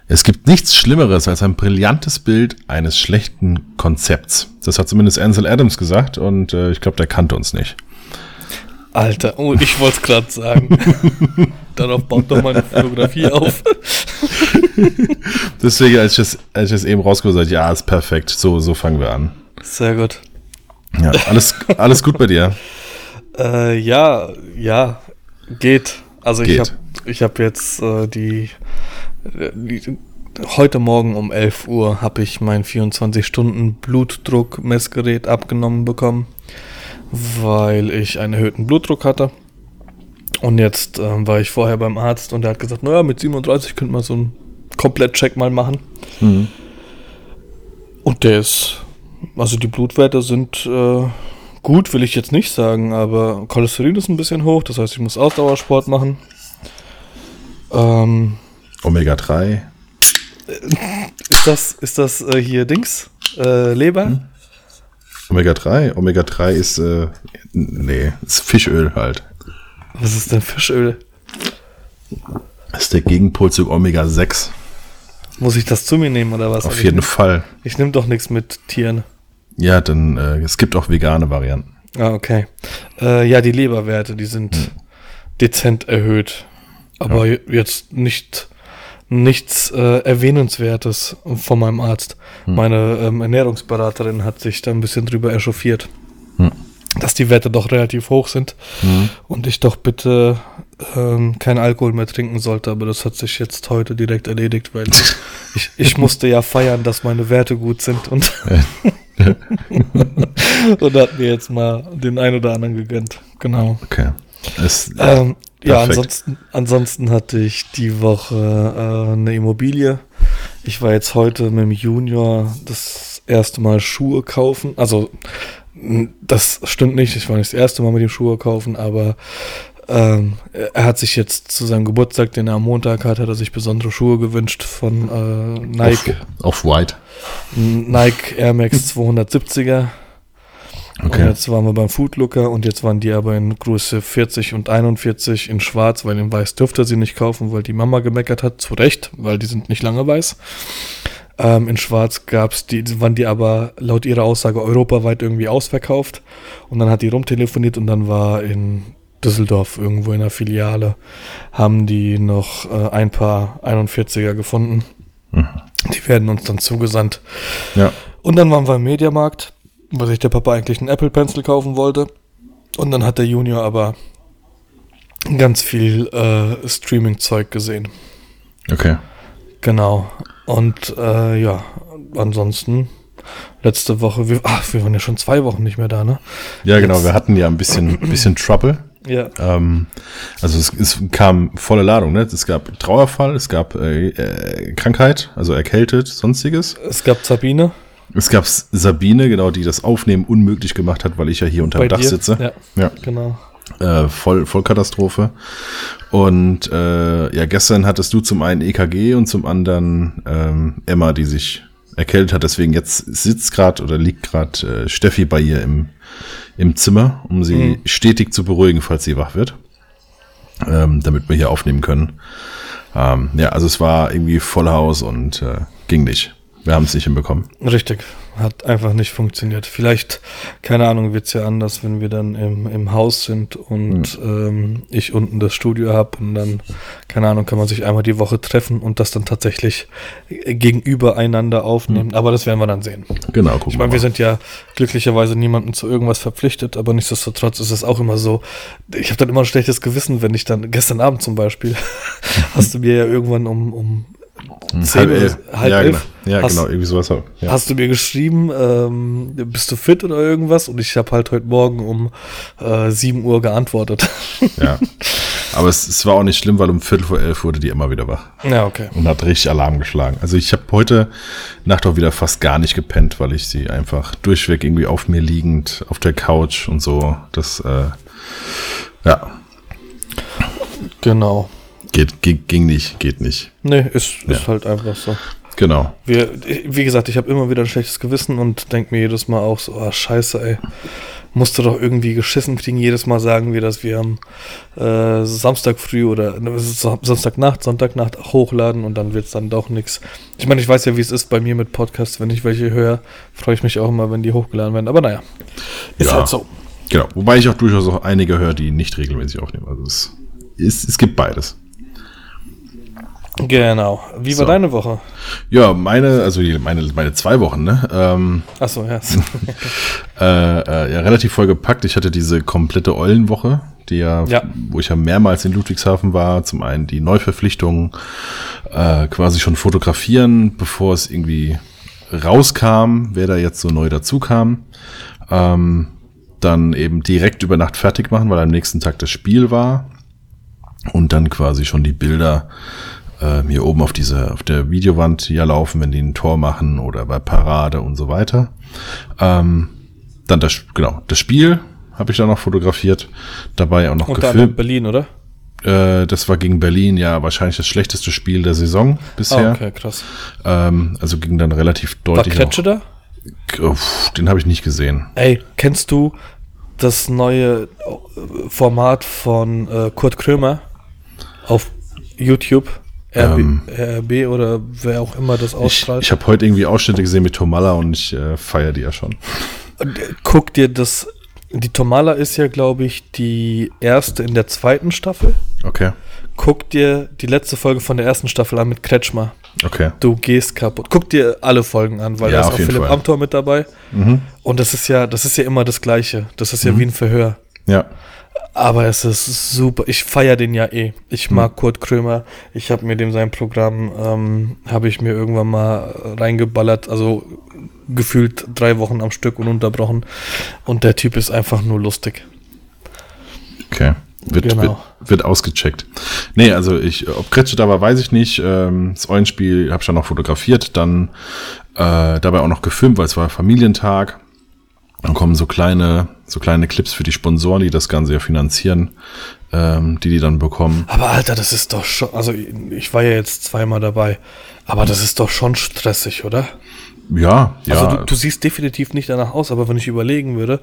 Es gibt nichts Schlimmeres als ein brillantes Bild eines schlechten Konzepts. Das hat zumindest Ansel Adams gesagt und ich glaube, der kannte uns nicht. Alter, oh, ich wollte es gerade sagen. Darauf baut doch meine Fotografie auf. Deswegen, als ich das eben rausgeholt habe, ja, ist perfekt. So fangen wir an. Sehr gut. Ja, alles gut bei dir? Ja, geht. Also Geht. ich hab jetzt heute Morgen um 11 Uhr habe ich mein 24-Stunden-Blutdruck-Messgerät abgenommen bekommen, weil ich einen erhöhten Blutdruck hatte. Und jetzt war ich vorher beim Arzt und der hat gesagt, naja, mit 37 könnte man so einen Komplett-Check mal machen. Mhm. Und also die Blutwerte sind gut, will ich jetzt nicht sagen, aber Cholesterin ist ein bisschen hoch, das heißt, ich muss Ausdauersport machen. Omega-3. Ist das hier Dings? Leber? Hm? Omega-3? Omega-3 ist, ist Fischöl halt. Was ist denn Fischöl? Das ist der Gegenpol zu Omega-6. Muss ich das zu mir nehmen oder was? Auf jeden Fall. Ich nehme doch nichts mit Tieren. Ja, dann, es gibt auch vegane Varianten. Ah, okay. Ja, die Leberwerte, die sind dezent erhöht. Aber jetzt nichts Erwähnenswertes von meinem Arzt. Meine Ernährungsberaterin hat sich da ein bisschen drüber echauffiert, dass die Werte doch relativ hoch sind und ich doch bitte keinen Alkohol mehr trinken sollte. Aber das hat sich jetzt heute direkt erledigt, weil ich musste ja feiern, dass meine Werte gut sind und und hat mir jetzt mal den einen oder anderen gegönnt. Genau. Okay. Ja, ansonsten hatte ich die Woche eine Immobilie. Ich war jetzt heute mit dem Junior das erste Mal Schuhe kaufen. Also, das stimmt nicht, ich war nicht das erste Mal mit dem Schuhe kaufen, aber er hat sich jetzt zu seinem Geburtstag, den er am Montag hat er sich besondere Schuhe gewünscht von Nike. Off-White. Nike Air Max 270er. Okay. Und jetzt waren wir beim Foodlooker und jetzt waren die aber in Größe 40 und 41 in schwarz, weil in weiß dürfte er sie nicht kaufen, weil die Mama gemeckert hat, zu Recht, weil die sind nicht lange weiß. In schwarz waren die aber laut ihrer Aussage europaweit irgendwie ausverkauft und dann hat die rumtelefoniert und dann war in Düsseldorf irgendwo in der Filiale, haben die noch ein paar 41er gefunden. Die werden uns dann zugesandt. Ja. Und dann waren wir im Mediamarkt, weil sich der Papa eigentlich einen Apple Pencil kaufen wollte. Und dann hat der Junior aber ganz viel Streaming-Zeug gesehen. Okay. Genau. Und ansonsten letzte Woche, wir waren ja schon 2 Wochen nicht mehr da, ne? Ja, genau, wir hatten ja ein bisschen Trouble. Ja. Also es kam volle Ladung, ne? Es gab Trauerfall, es gab Krankheit, also erkältet, sonstiges. Es gab Sabine. Es gab Sabine, genau, die das Aufnehmen unmöglich gemacht hat, weil ich ja hier unterm Dach sitze. Ja, genau. Vollkatastrophe. Und gestern hattest du zum einen EKG und zum anderen Emma, die sich erkältet hat. Deswegen jetzt liegt gerade Steffi bei ihr im Zimmer, um sie stetig zu beruhigen, falls sie wach wird. Damit wir hier aufnehmen können. Also es war irgendwie Vollhaus und ging nicht. Wir haben es nicht hinbekommen. Richtig, hat einfach nicht funktioniert. Vielleicht, keine Ahnung, wird es ja anders, wenn wir dann im Haus sind und ich unten das Studio habe und dann, keine Ahnung, kann man sich einmal die Woche treffen und das dann tatsächlich gegenüber einander aufnehmen. Aber das werden wir dann sehen. Genau, gucken ich meine, wir sind ja glücklicherweise niemandem zu irgendwas verpflichtet, aber nichtsdestotrotz ist es auch immer so, ich habe dann immer ein schlechtes Gewissen, wenn ich dann, gestern Abend zum Beispiel, hast du mir ja irgendwann um 10, halb 11. Genau, irgendwie sowas. Ja. Hast du mir geschrieben, bist du fit oder irgendwas? Und ich habe halt heute Morgen um 7 Uhr geantwortet. Ja, aber es war auch nicht schlimm, weil um 11:15 wurde die immer wieder wach. Ja, okay. Und hat richtig Alarm geschlagen. Also ich habe heute Nacht auch wieder fast gar nicht gepennt, weil ich sie einfach durchweg irgendwie auf mir liegend, auf der Couch und so, das, Genau. Geht nicht. Nee, ist halt einfach so. Genau. Wie gesagt, ich habe immer wieder ein schlechtes Gewissen und denke mir jedes Mal auch so, oh scheiße, ey, musst du doch irgendwie geschissen kriegen. Jedes Mal sagen wir, dass wir am Samstag früh oder Samstagnacht, Sonntagnacht hochladen und dann wird es dann doch nichts. Ich meine, ich weiß ja, wie es ist bei mir mit Podcasts. Wenn ich welche höre, freue ich mich auch immer, wenn die hochgeladen werden. Aber naja, ist halt so. Genau, wobei ich auch durchaus auch einige höre, die nicht regelmäßig aufnehmen. Also es gibt beides. Genau. Wie war deine Woche? Ja, meine 2 Wochen, ne? Achso, ja. Ja, relativ voll gepackt. Ich hatte diese komplette Eulenwoche, wo ich ja mehrmals in Ludwigshafen war. Zum einen die Neuverpflichtungen quasi schon fotografieren, bevor es irgendwie rauskam, wer da jetzt so neu dazu kam. Dann eben direkt über Nacht fertig machen, weil am nächsten Tag das Spiel war. Und dann quasi schon die Bilder hier oben auf der Videowand hier laufen, wenn die ein Tor machen oder bei Parade und so weiter. Dann das Spiel habe ich dann noch fotografiert, dabei auch noch und gefilmt. In Berlin, oder? Das war gegen Berlin, ja, wahrscheinlich das schlechteste Spiel der Saison bisher. Okay, krass. Also ging dann relativ deutlich. War Kretsche da? Den habe ich nicht gesehen. Ey, kennst du das neue Format von Kurt Krömer auf YouTube? RB oder wer auch immer das ausstrahlt. Ich habe heute irgendwie Ausschnitte gesehen mit Tomalla und ich feiere die ja schon. Guck dir das. Die Tomalla ist ja, glaube ich, die erste in der 2. Staffel. Okay. Guck dir die letzte Folge von der 1. Staffel an mit Kretschmer. Okay. Du gehst kaputt. Guck dir alle Folgen an, weil da ist auch Philipp Amthor mit dabei. Mhm. Und das ist ja immer das Gleiche. Das ist ja wie ein Verhör. Ja. Aber es ist super. Ich feiere den ja eh. Ich mag Kurt Krömer. Ich habe mir sein Programm, habe ich mir irgendwann mal reingeballert. Also gefühlt 3 Wochen am Stück ununterbrochen. Und der Typ ist einfach nur lustig. Okay. Wird ausgecheckt. Nee, also ob Kretsche da war, weiß ich nicht. Das Eulenspiel habe ich dann noch fotografiert. Dann dabei auch noch gefilmt, weil es war Familientag. Dann kommen so kleine Clips für die Sponsoren, die das Ganze ja finanzieren, die dann bekommen. Aber Alter, das ist doch schon, also ich war ja jetzt 2-mal dabei, aber das ist doch schon stressig, oder? Ja. Also du siehst definitiv nicht danach aus, aber wenn ich überlegen würde,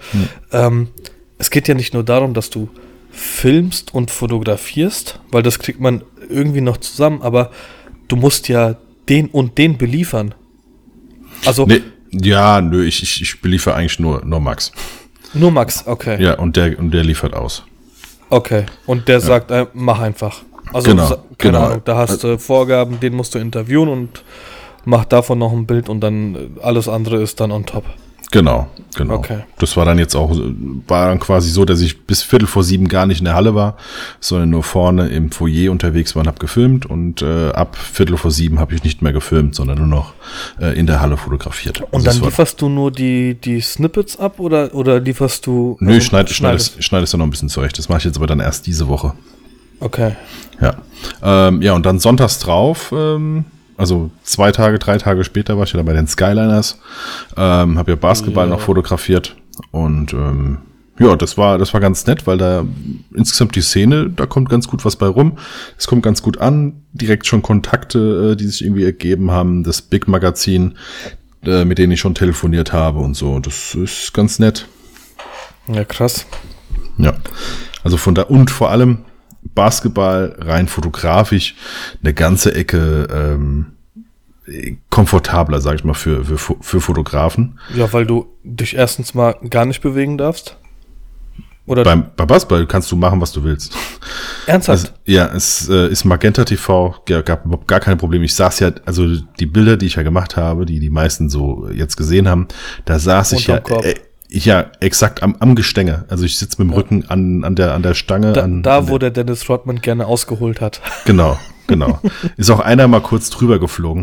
es geht ja nicht nur darum, dass du filmst und fotografierst, weil das kriegt man irgendwie noch zusammen, aber du musst ja den und den beliefern. Also... Nee. Ja, ich beliefere eigentlich nur Max. Nur Max, okay. Ja, und der liefert aus. Okay, und der sagt, mach einfach. Also, keine Ahnung, da hast du Vorgaben, den musst du interviewen und mach davon noch ein Bild und dann alles andere ist dann on top. Genau. Okay. Das war dann quasi so, dass ich bis 6:45 gar nicht in der Halle war, sondern nur vorne im Foyer unterwegs war und habe gefilmt und ab 6:45 habe ich nicht mehr gefilmt, sondern nur noch in der Halle fotografiert. Und dann lieferst du nur die Snippets ab oder lieferst du... Nö, ich schneide es dann noch ein bisschen zurecht. Das mache ich jetzt aber dann erst diese Woche. Okay. Ja. Und dann sonntags drauf... Also 3 Tage später war ich ja bei den Skyliners, habe ja Basketball noch fotografiert und das war ganz nett, weil da insgesamt die Szene, da kommt ganz gut was bei rum, es kommt ganz gut an, direkt schon Kontakte, die sich irgendwie ergeben haben, das Big Magazin, mit denen ich schon telefoniert habe und so, das ist ganz nett. Ja, krass. Ja, also und vor allem Basketball rein fotografisch eine ganze Ecke komfortabler, sag ich mal, für Fotografen. Ja, weil du dich erstens mal gar nicht bewegen darfst. Oder bei Basketball kannst du machen, was du willst. Ernsthaft? Es ist Magenta TV, gab überhaupt gar keine Probleme. Ich saß ja, also die Bilder, die ich ja gemacht habe, die meisten so jetzt gesehen haben, da saß ich ja... Ja, exakt am Gestänge. Also ich sitze mit dem Rücken an der Stange. Wo der Dennis Rodman gerne ausgeholt hat. Genau. Ist auch einer mal kurz drüber geflogen.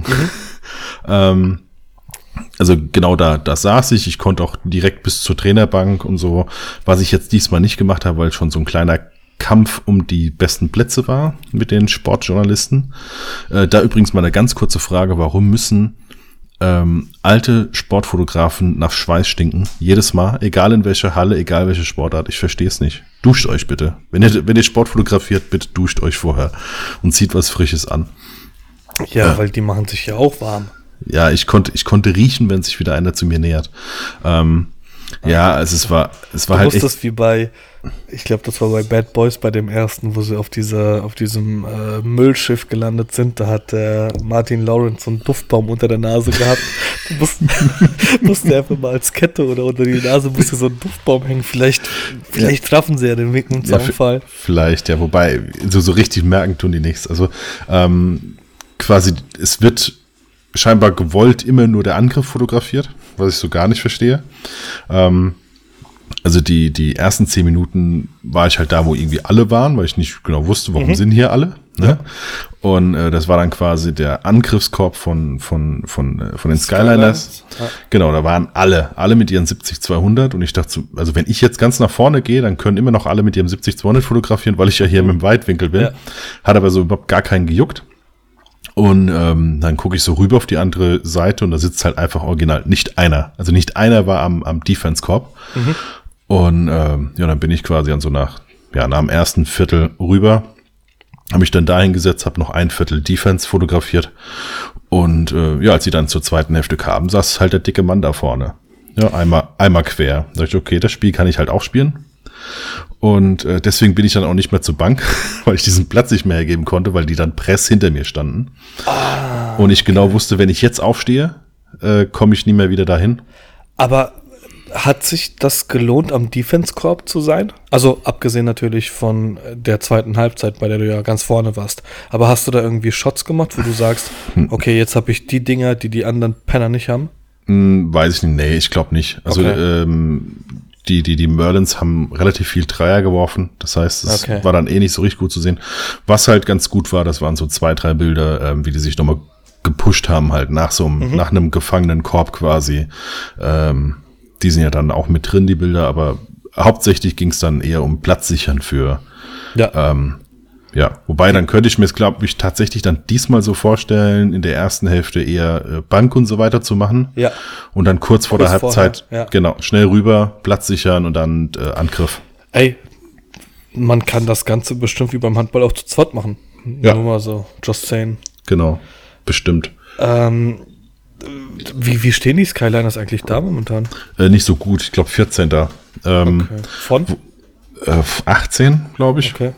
Also genau da saß ich. Ich konnte auch direkt bis zur Trainerbank und so, was ich jetzt diesmal nicht gemacht habe, weil schon so ein kleiner Kampf um die besten Plätze war mit den Sportjournalisten. Da übrigens mal eine ganz kurze Frage, warum müssen alte Sportfotografen nach Schweiß stinken? Jedes Mal, egal in welcher Halle, egal welche Sportart, ich verstehe es nicht. Duscht euch bitte. Wenn ihr Sport fotografiert, bitte duscht euch vorher und zieht was Frisches an. Ja, weil die machen sich ja auch warm. Ja, ich konnte riechen, wenn sich wieder einer zu mir nähert. Ja, also es war halt echt. Das wie bei, ich glaube, das war bei Bad Boys bei dem ersten, wo sie auf diesem Müllschiff gelandet sind. Da hat Martin Lawrence so einen Duftbaum unter der Nase gehabt. Du musste einfach mal als Kette oder unter die Nase musste so ein Duftbaum hängen. Vielleicht treffen sie ja den Weg im Zaunfall. Vielleicht, ja, wobei, so richtig merken tun die nichts. Also quasi, es wird scheinbar gewollt immer nur der Angriff fotografiert, was ich so gar nicht verstehe. Also die ersten 10 Minuten war ich halt da, wo irgendwie alle waren, weil ich nicht genau wusste, warum sind hier alle. Ne? Ja. Und das war dann quasi der Angriffskorb von den Skyliners. Ja. Genau, da waren alle mit ihren 70-200 und ich dachte so, also wenn ich jetzt ganz nach vorne gehe, dann können immer noch alle mit ihrem 70-200 fotografieren, weil ich ja hier mit dem Weitwinkel bin. Ja. Hat aber so überhaupt gar keinen gejuckt. Und dann gucke ich so rüber auf die andere Seite und da sitzt halt einfach original nicht einer. Also nicht einer war am Defense-Korb. Mhm. Und dann bin ich quasi nach dem ersten Viertel rüber, habe mich dann dahin gesetzt, habe noch ein Viertel Defense fotografiert. Und als sie dann zur zweiten Hälfte kamen, saß halt der dicke Mann da vorne. Ja, einmal quer. Da dachte ich, okay, das Spiel kann ich halt auch spielen. Und deswegen bin ich dann auch nicht mehr zur Bank, weil ich diesen Platz nicht mehr hergeben konnte, weil die dann press hinter mir standen. Und ich genau wusste, wenn ich jetzt aufstehe, komme ich nie mehr wieder dahin. Aber hat sich das gelohnt, am Defense-Korb zu sein? Also abgesehen natürlich von der zweiten Halbzeit, bei der du ja ganz vorne warst. Aber hast du da irgendwie Shots gemacht, wo du sagst, okay, jetzt habe ich die Dinger, die anderen Penner nicht haben? Weiß ich nicht, nee, ich glaube nicht. Also okay. Die Merlins haben relativ viel Dreier geworfen. Das heißt, es war dann nicht so richtig gut zu sehen. Was halt ganz gut war, das waren so 2, 3 Bilder, wie die sich nochmal gepusht haben, halt nach einem gefangenen Korb quasi. Die sind ja dann auch mit drin, die Bilder, aber hauptsächlich ging es dann eher um Platzsichern für. Wobei dann könnte ich mir es, glaube ich, tatsächlich dann diesmal so vorstellen, in der ersten Hälfte eher Bank und so weiter zu machen. Ja. Und dann kurz vor der Halbzeit, schnell rüber, Platz sichern und dann Angriff. Ey, man kann das Ganze bestimmt wie beim Handball auch zu zweit machen. Ja. Nur mal so, just saying. Genau, bestimmt. Wie stehen die Skyliners eigentlich da momentan? Nicht so gut, ich glaube 14. Okay. Von? 18, glaube ich. Okay.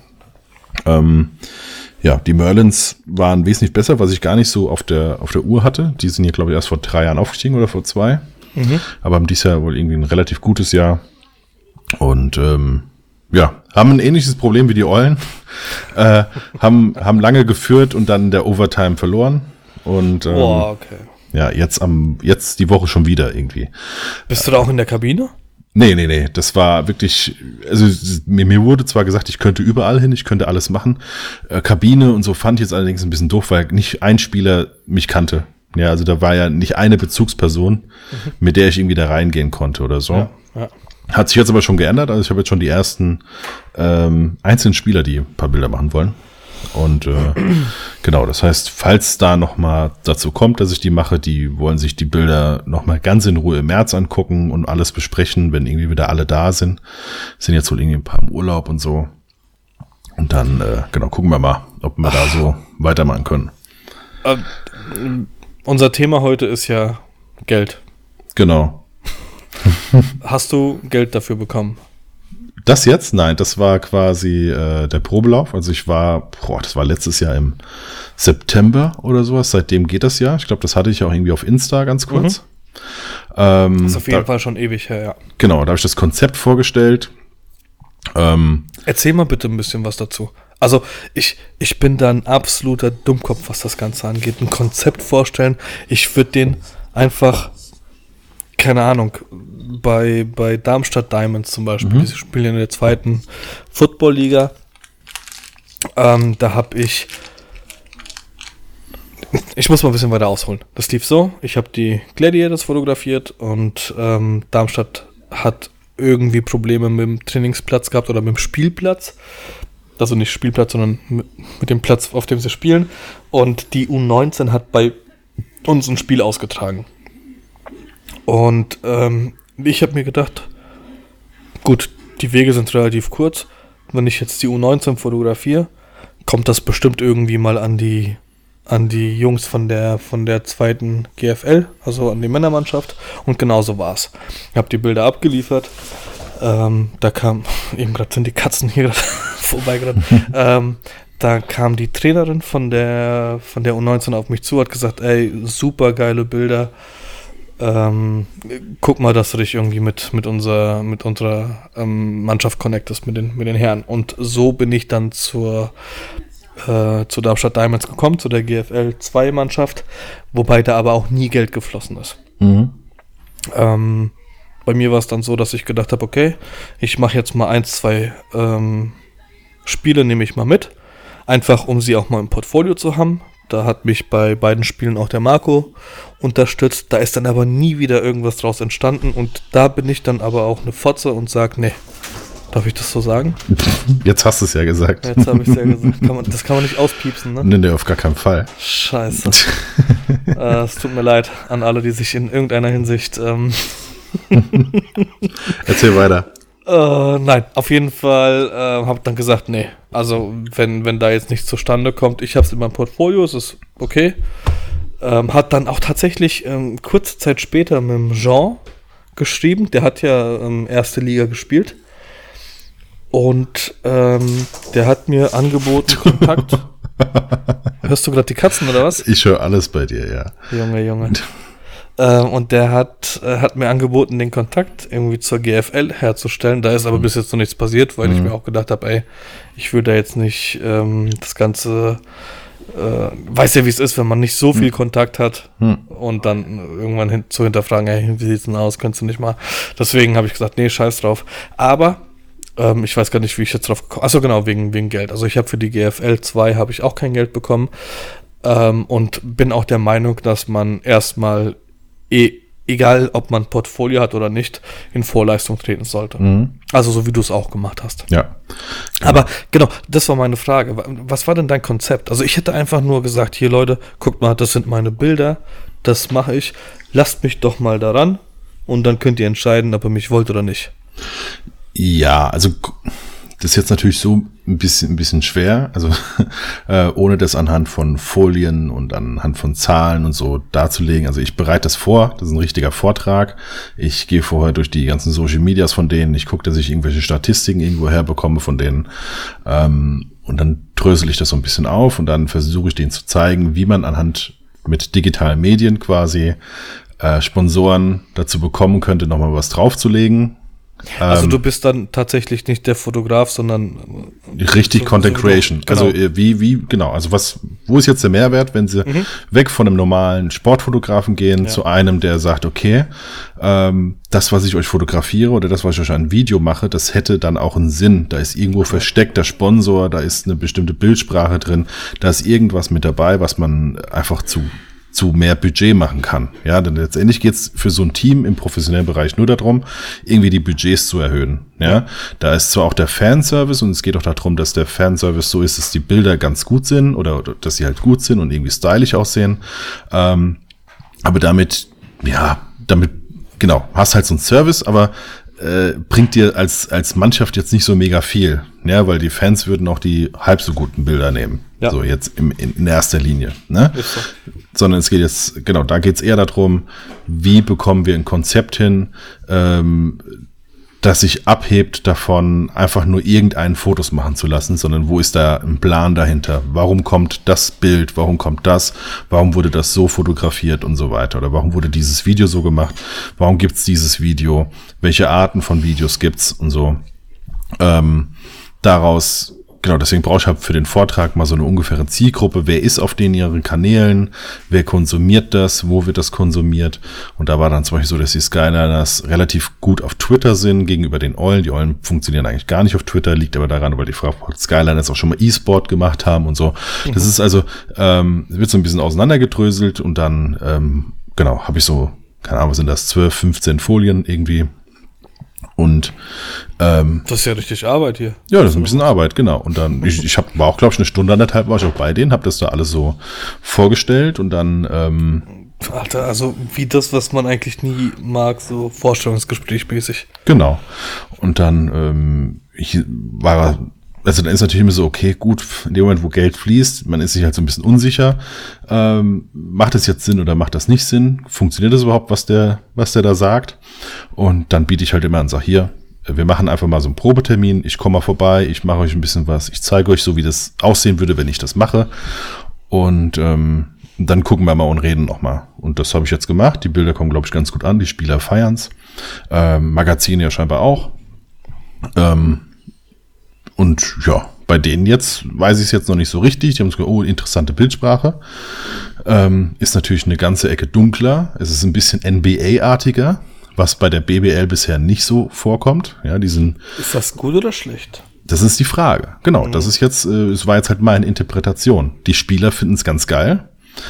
Die Merlins waren wesentlich besser, was ich gar nicht so auf der Uhr hatte. Die sind hier, glaube ich, erst vor 3 Jahren aufgestiegen oder vor 2. Aber haben dieses Jahr wohl irgendwie ein relativ gutes Jahr. Und haben ein ähnliches Problem wie die Eulen. Haben lange geführt und dann in der Overtime verloren. Und okay. Ja, jetzt die Woche schon wieder irgendwie. Bist du da auch in der Kabine? Nee, das war wirklich, also mir wurde zwar gesagt, ich könnte überall hin, ich könnte alles machen. Kabine und so fand ich jetzt allerdings ein bisschen doof, weil nicht ein Spieler mich kannte. Ja, also da war ja nicht eine Bezugsperson, mit der ich irgendwie da reingehen konnte oder so. Ja. Hat sich jetzt aber schon geändert, also ich habe jetzt schon die ersten einzelnen Spieler, die ein paar Bilder machen wollen. Und genau, das heißt, falls da nochmal dazu kommt, dass ich die mache, die wollen sich die Bilder nochmal ganz in Ruhe im März angucken und alles besprechen, wenn irgendwie wieder alle da sind. Sind jetzt wohl irgendwie ein paar im Urlaub und so. Und dann, gucken wir mal, ob wir da so weitermachen können. Unser Thema heute ist ja Geld. Genau. Hast du Geld dafür bekommen? Das jetzt? Nein, das war quasi der Probelauf. Also das war letztes Jahr im September oder sowas. Seitdem geht das ja. Ich glaube, das hatte ich auch irgendwie auf Insta ganz kurz. Das ist auf jeden Fall schon ewig her, ja. Genau, da habe ich das Konzept vorgestellt. Erzähl mal bitte ein bisschen was dazu. Also ich bin da ein absoluter Dummkopf, was das Ganze angeht. Ein Konzept vorstellen. Ich würde den einfach, keine Ahnung, bei Darmstadt Diamonds zum Beispiel, die spielen in der 2. Football-Liga, da habe ich muss mal ein bisschen weiter ausholen. Das lief so, ich habe die Gladiators fotografiert und Darmstadt hat irgendwie Probleme mit dem Trainingsplatz gehabt oder mit dem Spielplatz. Also nicht Spielplatz, sondern mit dem Platz, auf dem sie spielen. Und die U19 hat bei uns ein Spiel ausgetragen. Und ich habe mir gedacht, gut, die Wege sind relativ kurz. Wenn ich jetzt die U19 fotografiere, kommt das bestimmt irgendwie mal an die an die Jungs von der zweiten GFL, also an die Männermannschaft, und genauso war's. Ich habe die Bilder abgeliefert. Da kam, eben gerade sind die Katzen hier vorbei gerade. Da kam die Trainerin von der U19 auf mich zu, hat gesagt, ey, super geile Bilder. Guck mal, dass du dich irgendwie mit unserer Mannschaft connectest, mit den Herren. Und so bin ich dann zu Darmstadt Diamonds gekommen, zu der GFL 2 Mannschaft, wobei da aber auch nie Geld geflossen ist. Mhm. Bei mir war es dann so, dass ich gedacht habe, okay, ich mache jetzt mal 1, 2 Spiele, nehme ich mal mit, einfach um sie auch mal im Portfolio zu haben. Da hat mich bei beiden Spielen auch der Marco unterstützt. Da ist dann aber nie wieder irgendwas draus entstanden. Und da bin ich dann aber auch eine Fotze und sage, nee, darf ich das so sagen? Jetzt hast du es ja gesagt. Jetzt habe ich es ja gesagt. Das kann man nicht auspiepsen, ne? Nee, auf gar keinen Fall. Scheiße. Es tut mir leid an alle, die sich in irgendeiner Hinsicht... Erzähl weiter. Nein, auf jeden Fall habe ich dann gesagt, nee, also wenn da jetzt nichts zustande kommt, ich habe es in meinem Portfolio, es ist okay. Hat dann auch tatsächlich kurze Zeit später mit dem Jean geschrieben, der hat ja erste Liga gespielt und der hat mir angeboten Kontakt. Hörst du gerade die Katzen oder was? Ich höre alles bei dir, ja. Junge. Und der hat mir angeboten, den Kontakt irgendwie zur GFL herzustellen. Da ist aber bis jetzt noch nichts passiert, weil ich mir auch gedacht habe, ey, ich will da jetzt nicht das Ganze, weiß ja, wie es ist, wenn man nicht so viel Kontakt hat und dann irgendwann zu hinterfragen, ey, wie sieht's denn aus, könntest du nicht mal. Deswegen habe ich gesagt, nee, scheiß drauf. Aber ich weiß gar nicht, wie ich jetzt drauf gekommen bin. Achso, genau, wegen Geld. Also ich habe für die GFL 2 habe ich auch kein Geld bekommen und bin auch der Meinung, dass man erstmal egal ob man Portfolio hat oder nicht, in Vorleistung treten sollte. Also so wie du es auch gemacht hast. Ja. Genau. Aber genau, das war meine Frage. Was war denn dein Konzept? Also ich hätte einfach nur gesagt, hier Leute, guckt mal, das sind meine Bilder, das mache ich, lasst mich doch mal daran und dann könnt ihr entscheiden, ob ihr mich wollt oder nicht. Ja, also das ist jetzt natürlich so ein bisschen schwer, also ohne das anhand von Folien und anhand von Zahlen und so darzulegen. Also ich bereite das vor, das ist ein richtiger Vortrag. Ich gehe vorher durch die ganzen Social Medias von denen, ich gucke, dass ich irgendwelche Statistiken irgendwo herbekomme von denen und dann drösel ich das so ein bisschen auf und dann versuche ich denen zu zeigen, wie man anhand mit digitalen Medien quasi Sponsoren dazu bekommen könnte, nochmal was draufzulegen. Also du bist dann tatsächlich nicht der Fotograf, sondern richtig Content Creation. Genau. Also genau, also wo ist jetzt der Mehrwert, wenn sie weg von einem normalen Sportfotografen gehen zu einem, der sagt, okay, das, was ich euch fotografiere oder das, was ich euch an Video mache, das hätte dann auch einen Sinn. Da ist irgendwo versteckter Sponsor, da ist eine bestimmte Bildsprache drin, da ist irgendwas mit dabei, was man einfach zu mehr Budget machen kann. Ja, denn letztendlich geht's für so ein Team im professionellen Bereich nur darum, irgendwie die Budgets zu erhöhen. Ja, da ist zwar auch der Fanservice und es geht auch darum, dass der Fanservice so ist, dass die Bilder ganz gut sind oder dass sie halt gut sind und irgendwie stylisch aussehen. Aber damit, genau, hast halt so einen Service, aber bringt dir als Mannschaft jetzt nicht so mega viel, ja, weil die Fans würden auch die halb so guten Bilder nehmen, so jetzt in erster Linie, ne? So. Sondern es geht jetzt, genau, da geht es eher darum, wie bekommen wir ein Konzept hin, das sich abhebt davon, einfach nur irgendeinen Fotos machen zu lassen, sondern wo ist da ein Plan dahinter? Warum kommt das Bild? Warum kommt das? Warum wurde das so fotografiert und so weiter? Oder warum wurde dieses Video so gemacht? Warum gibt's dieses Video? Welche Arten von Videos gibt's und so? Daraus, genau, deswegen brauche ich halt für den Vortrag mal so eine ungefähre Zielgruppe. Wer ist auf den ihren Kanälen? Wer konsumiert das? Wo wird das konsumiert? Und da war dann zum Beispiel so, dass die Skyliners relativ gut auf Twitter sind gegenüber den Eulen. Die Eulen funktionieren eigentlich gar nicht auf Twitter, liegt aber daran, weil die Fraport Skyliners auch schon mal E-Sport gemacht haben und so. Das ist also, wird so ein bisschen auseinandergedröselt und dann, genau, habe ich so, keine Ahnung, was sind das, 12, 15 Folien irgendwie. Und das ist ja richtig Arbeit hier. Ja, das ist ein bisschen Arbeit, genau. Und dann, war auch, glaube ich, eine Stunde, anderthalb war ich auch bei denen, habe das da alles so vorgestellt und dann Alter, also wie das, was man eigentlich nie mag, so Vorstellungsgesprächmäßig. Genau. Und dann war er also dann ist natürlich immer so, okay, gut, in dem Moment, wo Geld fließt, man ist sich halt so ein bisschen unsicher, macht das jetzt Sinn oder macht das nicht Sinn? Funktioniert das überhaupt, was der da sagt? Und dann biete ich halt immer an, sag hier, wir machen einfach mal so einen Probetermin, ich komme mal vorbei, ich mache euch ein bisschen was, ich zeige euch so, wie das aussehen würde, wenn ich das mache. Und dann gucken wir mal und reden nochmal. Und das habe ich jetzt gemacht. Die Bilder kommen, glaube ich, ganz gut an. Die Spieler feiern's. Magazine ja scheinbar auch. Und ja, bei denen jetzt weiß ich es jetzt noch nicht so richtig. Die haben gesagt, oh, interessante Bildsprache. Ist natürlich eine ganze Ecke dunkler. Es ist ein bisschen NBA-artiger, was bei der BBL bisher nicht so vorkommt. Ja, ist das gut oder schlecht? Das ist die Frage. Genau, das ist jetzt, es war jetzt halt meine Interpretation. Die Spieler finden es ganz geil.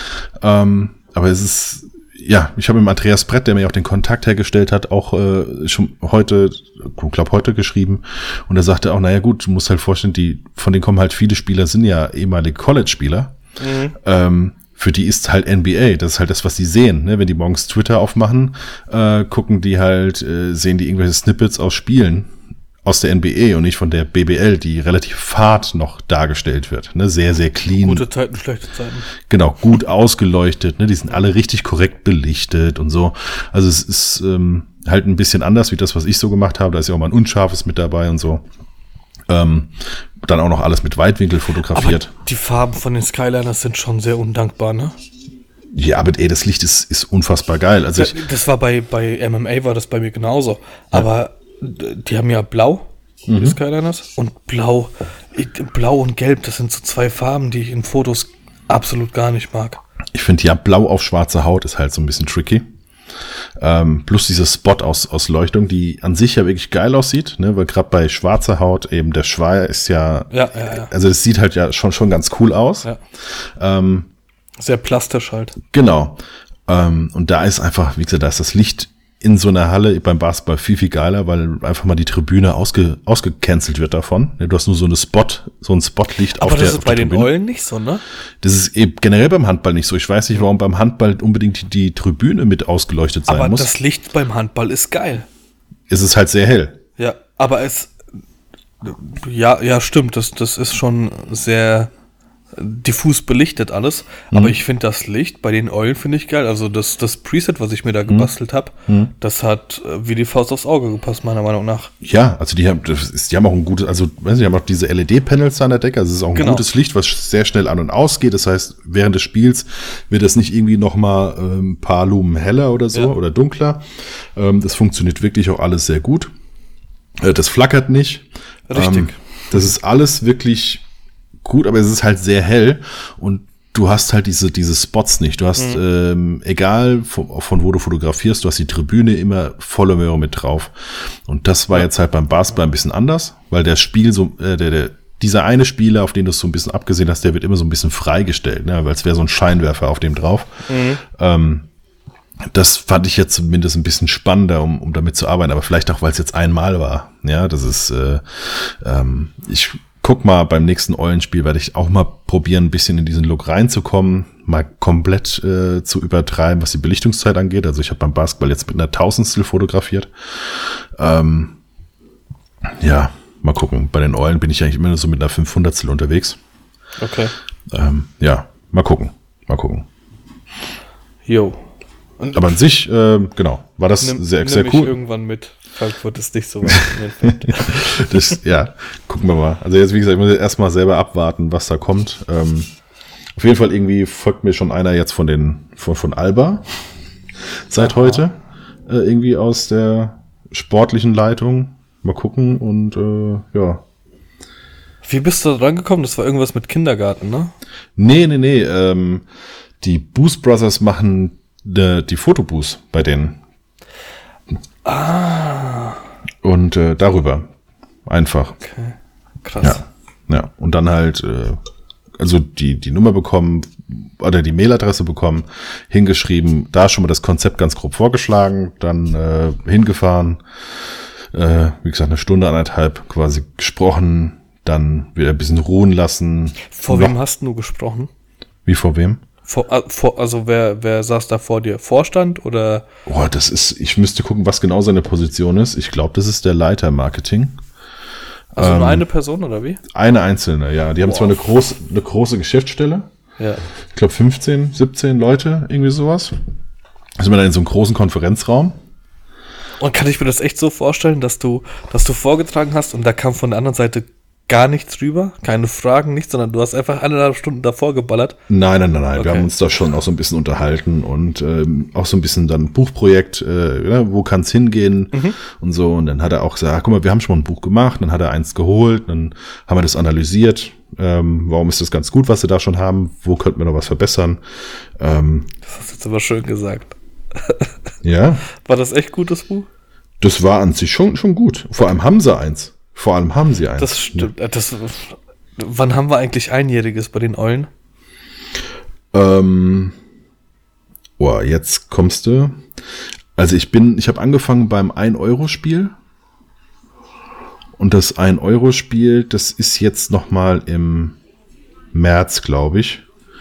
Aber es ist, ja, ich habe mit Andreas Brett, der mir auch den Kontakt hergestellt hat, auch schon heute geschrieben. Und er sagte auch, naja gut, du musst halt vorstellen, von denen kommen halt viele Spieler, sind ja ehemalige College-Spieler. Für die ist halt NBA, das ist halt das, was sie sehen. Ne? Wenn die morgens Twitter aufmachen, gucken die halt, sehen die irgendwelche Snippets aus Spielen aus der NBA und nicht von der BBL, die relativ fad noch dargestellt wird. Ne? Sehr, sehr clean. Gute Zeiten, schlechte Zeiten. Genau, gut ausgeleuchtet. Ne? Die sind alle richtig korrekt belichtet und so. Also es ist halt ein bisschen anders wie das, was ich so gemacht habe. Da ist ja auch mal ein Unscharfes mit dabei und so. Dann auch noch alles mit Weitwinkel fotografiert. Aber die Farben von den Skyliners sind schon sehr undankbar, ne? Ja, aber das Licht ist unfassbar geil. Also das war bei MMA war das bei mir genauso. Aber die haben ja blau, die Skyliners, und blau und gelb, das sind so zwei Farben, die ich in Fotos absolut gar nicht mag. Ich finde ja, blau auf schwarze Haut ist halt so ein bisschen tricky. Plus diese Spot-Ausleuchtung, die an sich ja wirklich geil aussieht, ne? Weil gerade bei schwarzer Haut eben der Schweier ist ja. Also es sieht halt ja schon ganz cool aus. Ja. Sehr plastisch halt. Genau. Und da ist einfach, wie gesagt, da ist das Licht in so einer Halle beim Basketball viel, viel geiler, weil einfach mal die Tribüne ausgecancelt wird davon. Du hast nur so ein Spotlicht auf der Tribüne. Aber das ist bei den Eulen nicht so, ne? Das ist eben generell beim Handball nicht so. Ich weiß nicht, warum beim Handball unbedingt die Tribüne mit ausgeleuchtet sein muss. Aber das Licht beim Handball ist geil. Es ist halt sehr hell. Ja, aber ja, stimmt. Das ist schon sehr diffus belichtet alles, aber ich finde das Licht bei den Eulen finde ich geil, also das Preset, was ich mir da gebastelt habe, das hat wie die Faust aufs Auge gepasst, meiner Meinung nach. Ja, also die haben auch ein gutes, also die haben auch diese LED-Panels an der Decke, also es ist auch ein gutes Licht, was sehr schnell an und ausgeht, das heißt, während des Spiels wird das nicht irgendwie nochmal ein paar Lumen heller oder so oder dunkler, das funktioniert wirklich auch alles sehr gut, das flackert nicht. Richtig. Das ist alles wirklich gut, aber es ist halt sehr hell und du hast halt diese Spots nicht. Du hast, egal von wo du fotografierst, du hast die Tribüne immer volle Möhre mit drauf. Und das war jetzt halt beim Basketball ein bisschen anders, weil der Spiel so, dieser eine Spieler, auf den du es so ein bisschen abgesehen hast, der wird immer so ein bisschen freigestellt, ne? Weil es wäre so ein Scheinwerfer auf dem drauf. Das fand ich jetzt zumindest ein bisschen spannender, um damit zu arbeiten, aber vielleicht auch, weil es jetzt einmal war. Ja, das ist, ich guck mal, beim nächsten Eulenspiel werde ich auch mal probieren, ein bisschen in diesen Look reinzukommen, mal komplett zu übertreiben, was die Belichtungszeit angeht. Also ich habe beim Basketball jetzt mit einer Tausendstel fotografiert. Ja, mal gucken. Bei den Eulen bin ich eigentlich immer nur so mit einer 500stel unterwegs. Okay. Ja, mal gucken. Jo. Aber an sich, genau, war das sehr cool. Ich irgendwann mit. Frankfurt ist nicht so weit entfernt. Ja, gucken wir mal. Also jetzt, wie gesagt, ich muss erstmal selber abwarten, was da kommt. Auf jeden Fall irgendwie folgt mir schon einer jetzt von Alba seit heute. Irgendwie aus der sportlichen Leitung. Mal gucken und ja. Wie bist du da dran gekommen? Das war irgendwas mit Kindergarten, ne? Nee. Die Boost Brothers machen die Fotoboost bei denen. Und darüber einfach. Okay, krass. Ja. Und dann halt, also die Nummer bekommen oder die Mailadresse bekommen, hingeschrieben, da schon mal das Konzept ganz grob vorgeschlagen, dann hingefahren, wie gesagt, 1 Stunde, 1,5 quasi gesprochen, dann wieder ein bisschen ruhen lassen. Vor wem hast du gesprochen? Wie vor wem? Also wer saß da vor dir? Vorstand oder? Ich müsste gucken, was genau seine Position ist. Ich glaube, das ist der Leiter Marketing. Also nur eine Person, oder wie? Eine einzelne, ja. Die haben zwar eine große Geschäftsstelle. Ja. Ich glaube 15, 17 Leute, irgendwie sowas. Also wir dann in so einem großen Konferenzraum. Und kann ich mir das echt so vorstellen, dass du vorgetragen hast und da kam von der anderen Seite gar nichts rüber? Keine Fragen, nichts, sondern du hast einfach 1,5 Stunden davor geballert? Nein. Okay. Wir haben uns da schon auch so ein bisschen unterhalten und auch so ein bisschen dann Buchprojekt, wo kann es hingehen und so. Und dann hat er auch gesagt, guck mal, wir haben schon mal ein Buch gemacht, dann hat er eins geholt, dann haben wir das analysiert. Warum ist das ganz gut, was sie da schon haben? Wo könnten wir noch was verbessern? Das hast du jetzt aber schön gesagt. Ja. War das echt gut, das Buch? Das war an sich schon gut. Vor allem haben sie eins. Das stimmt. Wann haben wir eigentlich Einjähriges bei den Eulen? Jetzt kommst du. Also ich habe angefangen beim 1-Euro-Spiel. Und das 1-Euro-Spiel, das ist jetzt nochmal im März, glaube ich.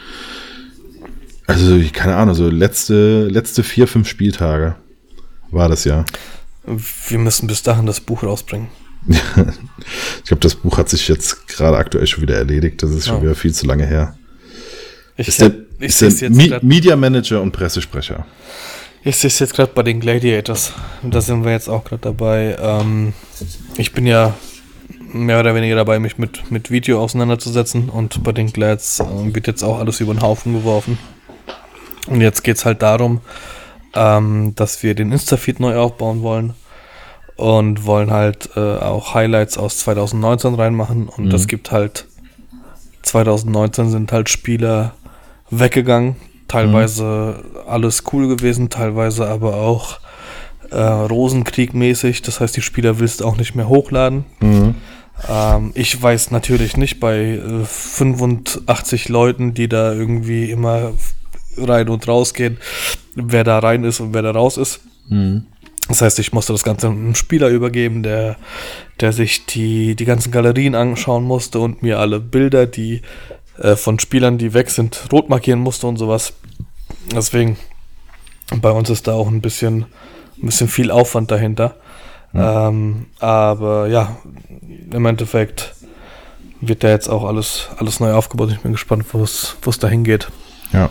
Also, keine Ahnung, so letzte 4, 5 Spieltage war das ja. Wir müssen bis dahin das Buch rausbringen. Ich glaube, das Buch hat sich jetzt gerade aktuell schon wieder erledigt. Das ist schon wieder viel zu lange her. Ist der Media Manager und Pressesprecher. Ich sehe es jetzt gerade bei den Gladiators. Und da sind wir jetzt auch gerade dabei. Ich bin ja mehr oder weniger dabei, mich mit Video auseinanderzusetzen. Und bei den Glads wird jetzt auch alles über den Haufen geworfen. Und jetzt geht es halt darum, dass wir den Insta-Feed neu aufbauen wollen. Und wollen halt auch Highlights aus 2019 reinmachen. Und das gibt halt 2019 sind halt Spieler weggegangen. Teilweise alles cool gewesen, teilweise aber auch Rosenkrieg-mäßig. Das heißt, die Spieler willst du auch nicht mehr hochladen. Ich weiß natürlich nicht bei 85 Leuten, die da irgendwie immer rein und raus gehen, wer da rein ist und wer da raus ist. Das heißt, ich musste das Ganze einem Spieler übergeben, der sich die ganzen Galerien anschauen musste und mir alle Bilder, die von Spielern, die weg sind, rot markieren musste und sowas. Deswegen, bei uns ist da auch ein bisschen viel Aufwand dahinter. Aber ja, im Endeffekt wird da jetzt auch alles neu aufgebaut. Ich bin gespannt, wo es dahin geht. Ja.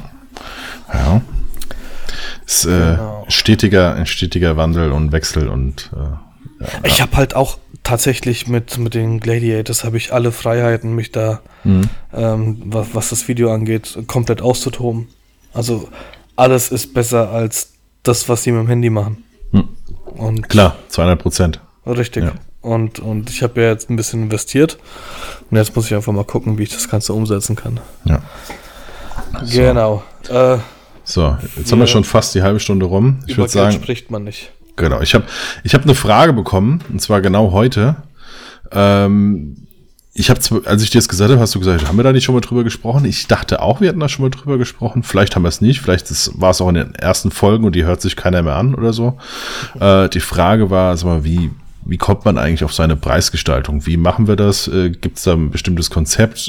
Es ist ein stetiger Wandel und Wechsel und Ich habe halt auch tatsächlich mit den Gladiators habe ich alle Freiheiten, mich da, was das Video angeht, komplett auszutoben. Also alles ist besser als das, was die mit dem Handy machen. Und klar, 200%. Richtig. Ja. Und ich habe ja jetzt ein bisschen investiert und jetzt muss ich einfach mal gucken, wie ich das Ganze umsetzen kann. Ja. Genau. So, jetzt haben wir schon fast die halbe Stunde rum. Ich würde sagen, spricht man nicht. Genau, ich hab eine Frage bekommen, und zwar genau heute. Als ich dir das gesagt habe, hast du gesagt, haben wir da nicht schon mal drüber gesprochen? Ich dachte auch, wir hätten da schon mal drüber gesprochen. Vielleicht haben wir es nicht, vielleicht war es auch in den ersten Folgen und die hört sich keiner mehr an oder so. Die Frage war, sag mal, wie kommt man eigentlich auf seine Preisgestaltung? Wie machen wir das? Gibt es da ein bestimmtes Konzept?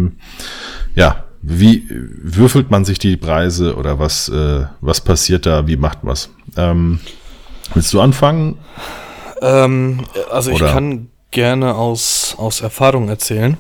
Wie würfelt man sich die Preise oder was passiert da? Wie macht man was? Willst du anfangen? Also ich kann gerne aus Erfahrung erzählen.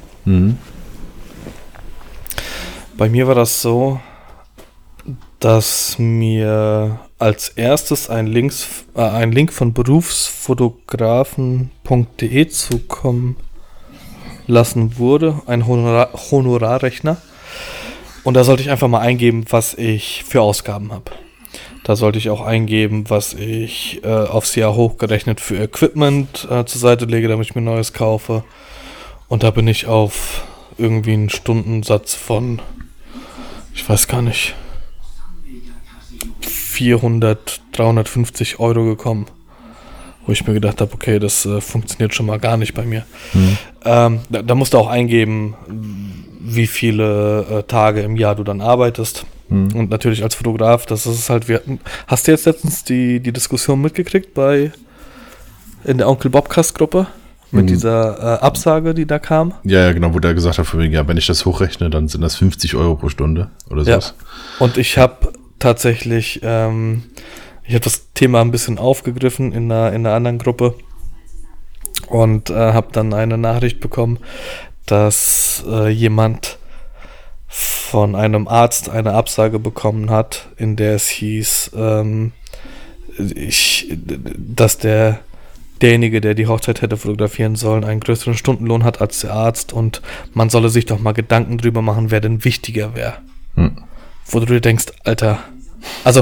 Bei mir war das so, dass mir als erstes ein Link von berufsfotografen.de zukommen lassen wurde, ein Honorarrechner. Und da sollte ich einfach mal eingeben, was ich für Ausgaben habe. Da sollte ich auch eingeben, was ich aufs Jahr hochgerechnet für Equipment zur Seite lege, damit ich mir Neues kaufe. Und da bin ich auf irgendwie einen Stundensatz von, ich weiß gar nicht, 400, 350 Euro gekommen. Wo ich mir gedacht habe, okay, das funktioniert schon mal gar nicht bei mir. Da musst du auch eingeben, wie viele Tage im Jahr du dann arbeitest. Und natürlich als Fotograf, das ist halt, hast du jetzt letztens die Diskussion mitgekriegt in der Onkel Bobcast-Gruppe mit dieser Absage, die da kam? Ja, genau, wo der gesagt hat, wenn ich das hochrechne, dann sind das 50 Euro pro Stunde oder sowas. Ja. Und ich habe tatsächlich, ich habe das Thema ein bisschen aufgegriffen in einer anderen Gruppe und habe dann eine Nachricht bekommen, dass jemand von einem Arzt eine Absage bekommen hat, in der es hieß, dass derjenige, der die Hochzeit hätte fotografieren sollen, einen größeren Stundenlohn hat als der Arzt und man solle sich doch mal Gedanken drüber machen, wer denn wichtiger wäre. Wo du dir denkst, Alter, also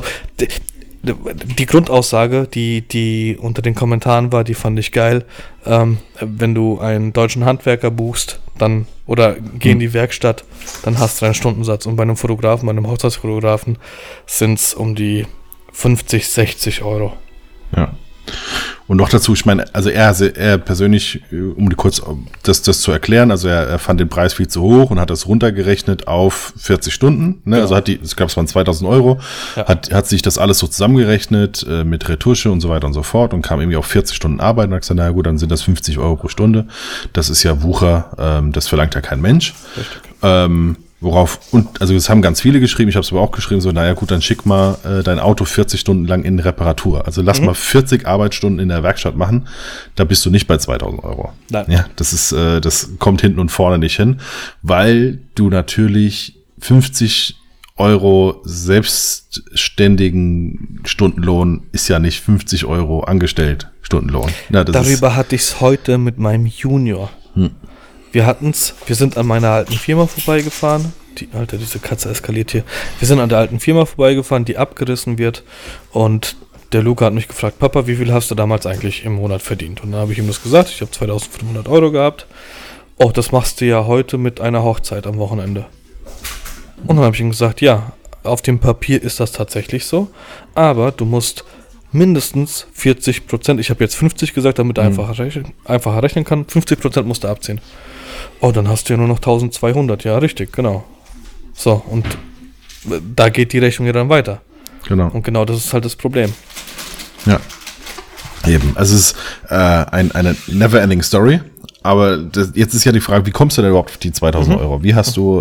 die Grundaussage, die unter den Kommentaren war, die fand ich geil. Wenn du einen deutschen Handwerker buchst, dann oder geh in die Werkstatt, dann hast du einen Stundensatz. Und bei einem Fotografen, bei einem Hochzeitsfotografen sind es um die 50, 60 Euro. Ja. Und noch dazu, ich meine, also er persönlich, um kurz das zu erklären, also er fand den Preis viel zu hoch und hat das runtergerechnet auf 40 Stunden. Ne? Genau. Also ich glaube, es waren 2.000 Euro, ja. hat sich das alles so zusammengerechnet mit Retusche und so weiter und so fort und kam irgendwie auf 40 Stunden Arbeit und hat gesagt, naja gut, dann sind das 50 Euro pro Stunde. Das ist ja Wucher, das verlangt ja kein Mensch. Richtig. Also das haben ganz viele geschrieben, ich habe es aber auch geschrieben, so, naja gut, dann schick mal dein Auto 40 Stunden lang in Reparatur. Also lass mal 40 Arbeitsstunden in der Werkstatt machen, da bist du nicht bei 2.000 Euro. Nein. Ja, das kommt hinten und vorne nicht hin, weil du natürlich 50 Euro selbstständigen Stundenlohn ist ja nicht 50 Euro angestellt Stundenlohn. Ja, darüber hatte ich es heute mit meinem Junior. Wir sind an meiner alten Firma vorbeigefahren. Diese Katze eskaliert hier. Wir sind an der alten Firma vorbeigefahren, die abgerissen wird. Und der Luca hat mich gefragt, Papa, wie viel hast du damals eigentlich im Monat verdient? Und dann habe ich ihm das gesagt, ich habe 2.500 Euro gehabt. Oh, das machst du ja heute mit einer Hochzeit am Wochenende. Und dann habe ich ihm gesagt, ja, auf dem Papier ist das tatsächlich so. Aber du musst mindestens 40%, ich habe jetzt 50 gesagt, damit er einfacher rechnen kann, 50% musst du abziehen. Oh, dann hast du ja nur noch 1.200. Ja, richtig, genau. So, und da geht die Rechnung ja dann weiter. Genau. Und genau das ist halt das Problem. Ja. Eben. Also es ist eine never-ending Story. Aber jetzt ist ja die Frage, wie kommst du denn überhaupt auf die 2.000 Euro? Wie hast du,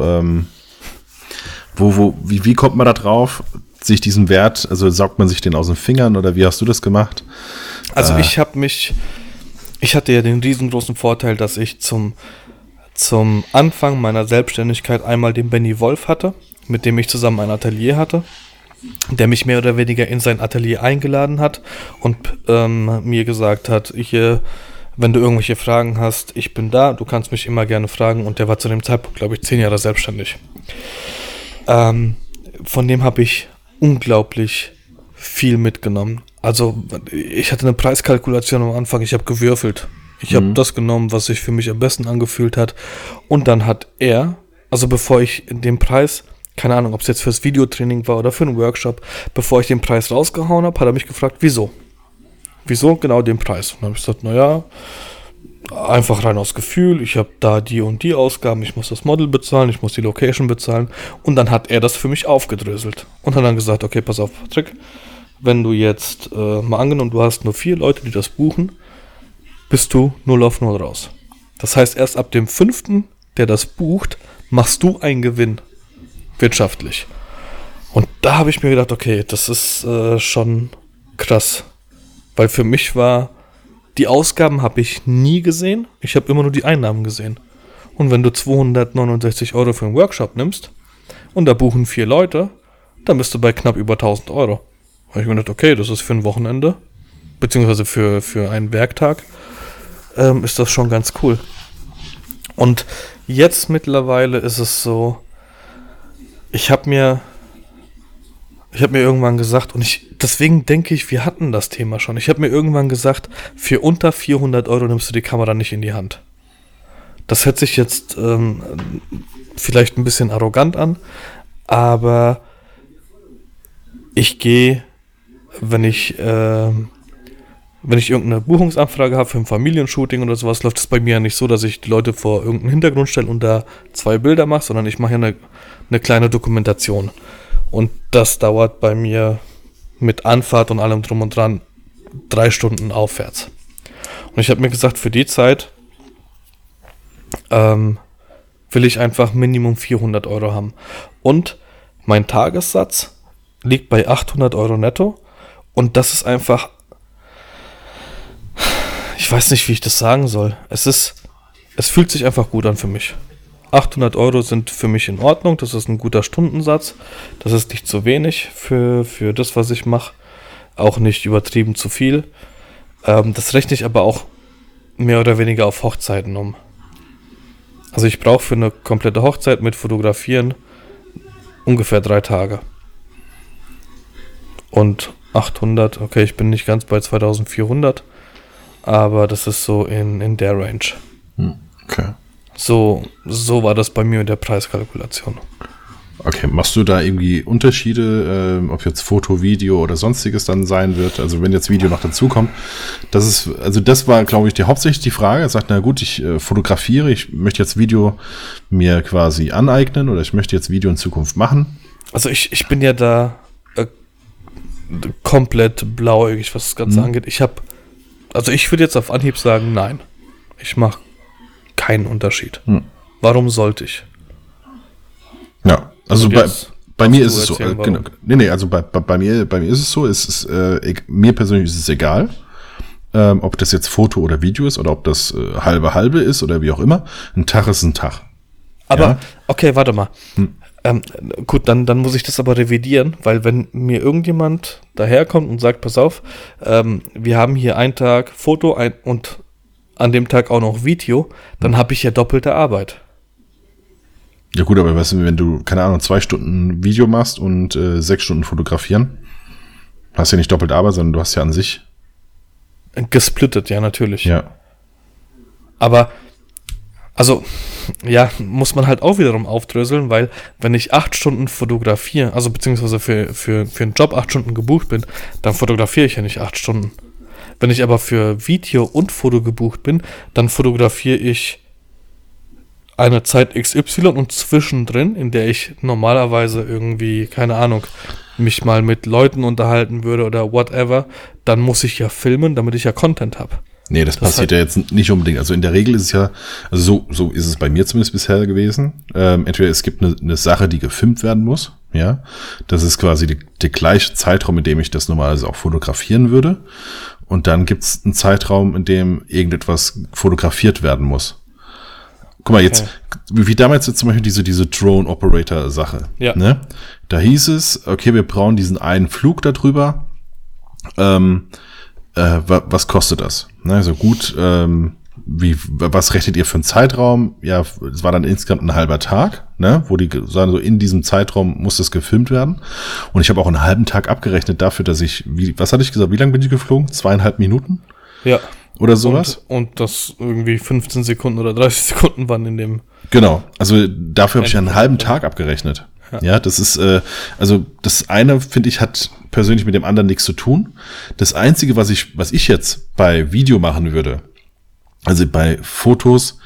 wie kommt man da drauf, sich diesen Wert, also saugt man sich den aus den Fingern oder wie hast du das gemacht? Also ich hatte ja den riesengroßen Vorteil, dass ich zum Anfang meiner Selbstständigkeit einmal den Benny Wolf hatte, mit dem ich zusammen ein Atelier hatte, der mich mehr oder weniger in sein Atelier eingeladen hat und mir gesagt hat, wenn du irgendwelche Fragen hast, ich bin da, du kannst mich immer gerne fragen. Und der war zu dem Zeitpunkt, glaube ich, 10 Jahre selbstständig. Von dem habe ich unglaublich viel mitgenommen. Also ich hatte eine Preiskalkulation am Anfang, ich habe gewürfelt. Ich habe das genommen, was sich für mich am besten angefühlt hat. Und dann hat er, also bevor ich den Preis, keine Ahnung, ob es jetzt fürs Videotraining war oder für einen Workshop, bevor ich den Preis rausgehauen habe, hat er mich gefragt, wieso? Wieso genau den Preis? Und dann habe ich gesagt, naja, einfach rein aus Gefühl, ich habe da die und die Ausgaben, ich muss das Model bezahlen, ich muss die Location bezahlen. Und dann hat er das für mich aufgedröselt. Und hat dann gesagt, okay, pass auf, Patrick, wenn du jetzt mal angenommen, du hast nur 4 Leute, die das buchen, bist du 0 auf 0 raus. Das heißt, erst ab dem 5., der das bucht, machst du einen Gewinn wirtschaftlich. Und da habe ich mir gedacht, okay, das ist schon krass. Weil für mich war, die Ausgaben habe ich nie gesehen, ich habe immer nur die Einnahmen gesehen. Und wenn du 269 Euro für einen Workshop nimmst und da buchen 4 Leute, dann bist du bei knapp über 1.000 Euro. Da habe ich mir gedacht, okay, das ist für ein Wochenende, beziehungsweise für einen Werktag, ist das schon ganz cool. Und jetzt mittlerweile ist es so, ich habe mir irgendwann gesagt, und deswegen denke ich, wir hatten das Thema schon. Ich habe mir irgendwann gesagt, für unter 400 Euro nimmst du die Kamera nicht in die Hand. Das hört sich jetzt vielleicht ein bisschen arrogant an, aber ich gehe, wenn ich irgendeine Buchungsanfrage habe für ein Familienshooting oder sowas, läuft es bei mir ja nicht so, dass ich die Leute vor irgendeinen Hintergrund stelle und da 2 Bilder mache, sondern ich mache ja eine kleine Dokumentation. Und das dauert bei mir mit Anfahrt und allem drum und dran 3 Stunden aufwärts. Und ich habe mir gesagt, für die Zeit will ich einfach Minimum 400 Euro haben. Und mein Tagessatz liegt bei 800 Euro netto. Und das ist einfach, ich weiß nicht, wie ich das sagen soll. Es fühlt sich einfach gut an für mich. 800 Euro sind für mich in Ordnung, das ist ein guter Stundensatz. Das ist nicht zu wenig für das, was ich mache. Auch nicht übertrieben zu viel. Das rechne ich aber auch mehr oder weniger auf Hochzeiten um. Also ich brauche für eine komplette Hochzeit mit Fotografieren ungefähr 3 Tage. Und 800, okay, ich bin nicht ganz bei 2400, aber das ist so in der Range. Okay. So war das bei mir in der Preiskalkulation. Okay, machst du da irgendwie Unterschiede, ob jetzt Foto, Video oder sonstiges dann sein wird? Also wenn jetzt Video noch dazukommt, das war, glaube ich, hauptsächlich die Frage. Er sagt, na gut, ich fotografiere, ich möchte jetzt Video mir quasi aneignen oder ich möchte jetzt Video in Zukunft machen. Also ich bin ja da komplett blauäugig, was das Ganze angeht. Ich würde jetzt auf Anhieb sagen, nein. Ich mache keinen Unterschied. Warum sollte ich? Ja, also bei mir ist es so. Genau. Nee, also bei mir ist es so, mir persönlich ist es egal, ob das jetzt Foto oder Video ist oder ob das halbe ist oder wie auch immer. Ein Tag ist ein Tag. Aber, ja? Okay, warte mal. Gut, dann muss ich das aber revidieren, weil wenn mir irgendjemand daherkommt und sagt, pass auf, wir haben hier einen Tag Foto und an dem Tag auch noch Video, dann habe ich ja doppelte Arbeit. Ja gut, aber weißt du, wenn du, keine Ahnung, 2 Stunden Video machst und 6 Stunden fotografieren, hast ja nicht doppelt Arbeit, sondern du hast ja an sich gesplittet, ja, natürlich. Ja. Aber, also, ja, muss man halt auch wiederum aufdröseln, weil wenn ich 8 Stunden fotografiere, also beziehungsweise für einen Job 8 Stunden gebucht bin, dann fotografiere ich ja nicht 8 Stunden. Wenn ich aber für Video und Foto gebucht bin, dann fotografiere ich eine Zeit XY und zwischendrin, in der ich normalerweise irgendwie, keine Ahnung, mich mal mit Leuten unterhalten würde oder whatever, dann muss ich ja filmen, damit ich ja Content habe. Nee, das passiert ja jetzt nicht unbedingt. Also in der Regel ist es ja, also so ist es bei mir zumindest bisher gewesen. Entweder es gibt eine Sache, die gefilmt werden muss, ja. Das ist quasi der gleiche Zeitraum, in dem ich das normalerweise auch fotografieren würde. Und dann gibt es einen Zeitraum, in dem irgendetwas fotografiert werden muss. Guck mal, jetzt, wie damals jetzt zum Beispiel diese Drone-Operator-Sache. Ja. Ne? Da hieß es, okay, wir brauchen diesen einen Flug darüber. Was kostet das? Ne, also gut, was rechnet ihr für einen Zeitraum? Ja, es war dann insgesamt ein halber Tag, ne, wo die sagen, so in diesem Zeitraum muss das gefilmt werden. Und ich habe auch einen halben Tag abgerechnet dafür, dass was hatte ich gesagt, wie lange bin ich geflogen? 2,5 Minuten? Ja. Oder sowas? Und das irgendwie 15 Sekunden oder 30 Sekunden waren in dem... Genau, also dafür habe ich einen halben Tag abgerechnet. Ja, das ist, also das eine, finde ich, hat persönlich mit dem anderen nichts zu tun. Das Einzige, was ich jetzt bei Video machen würde, also bei Fotos,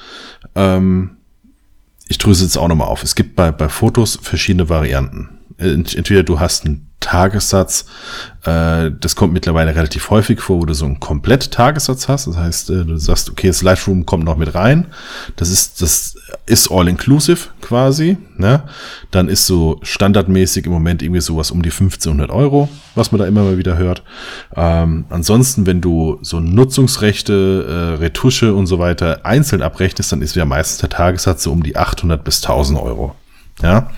ich dröse jetzt auch nochmal auf. Es gibt bei Fotos verschiedene Varianten. Entweder du hast einen Tagessatz, das kommt mittlerweile relativ häufig vor, wo du so einen Komplett-Tagessatz hast. Das heißt, du sagst, okay, das Lightroom kommt noch mit rein. Das ist all-inclusive quasi. Ne? Dann ist so standardmäßig im Moment irgendwie sowas um die 1.500 €, was man da immer mal wieder hört. Ansonsten, wenn du so Nutzungsrechte, Retusche und so weiter einzeln abrechnest, dann ist ja meistens der Tagessatz so um die 800 bis 1.000 €. Ja.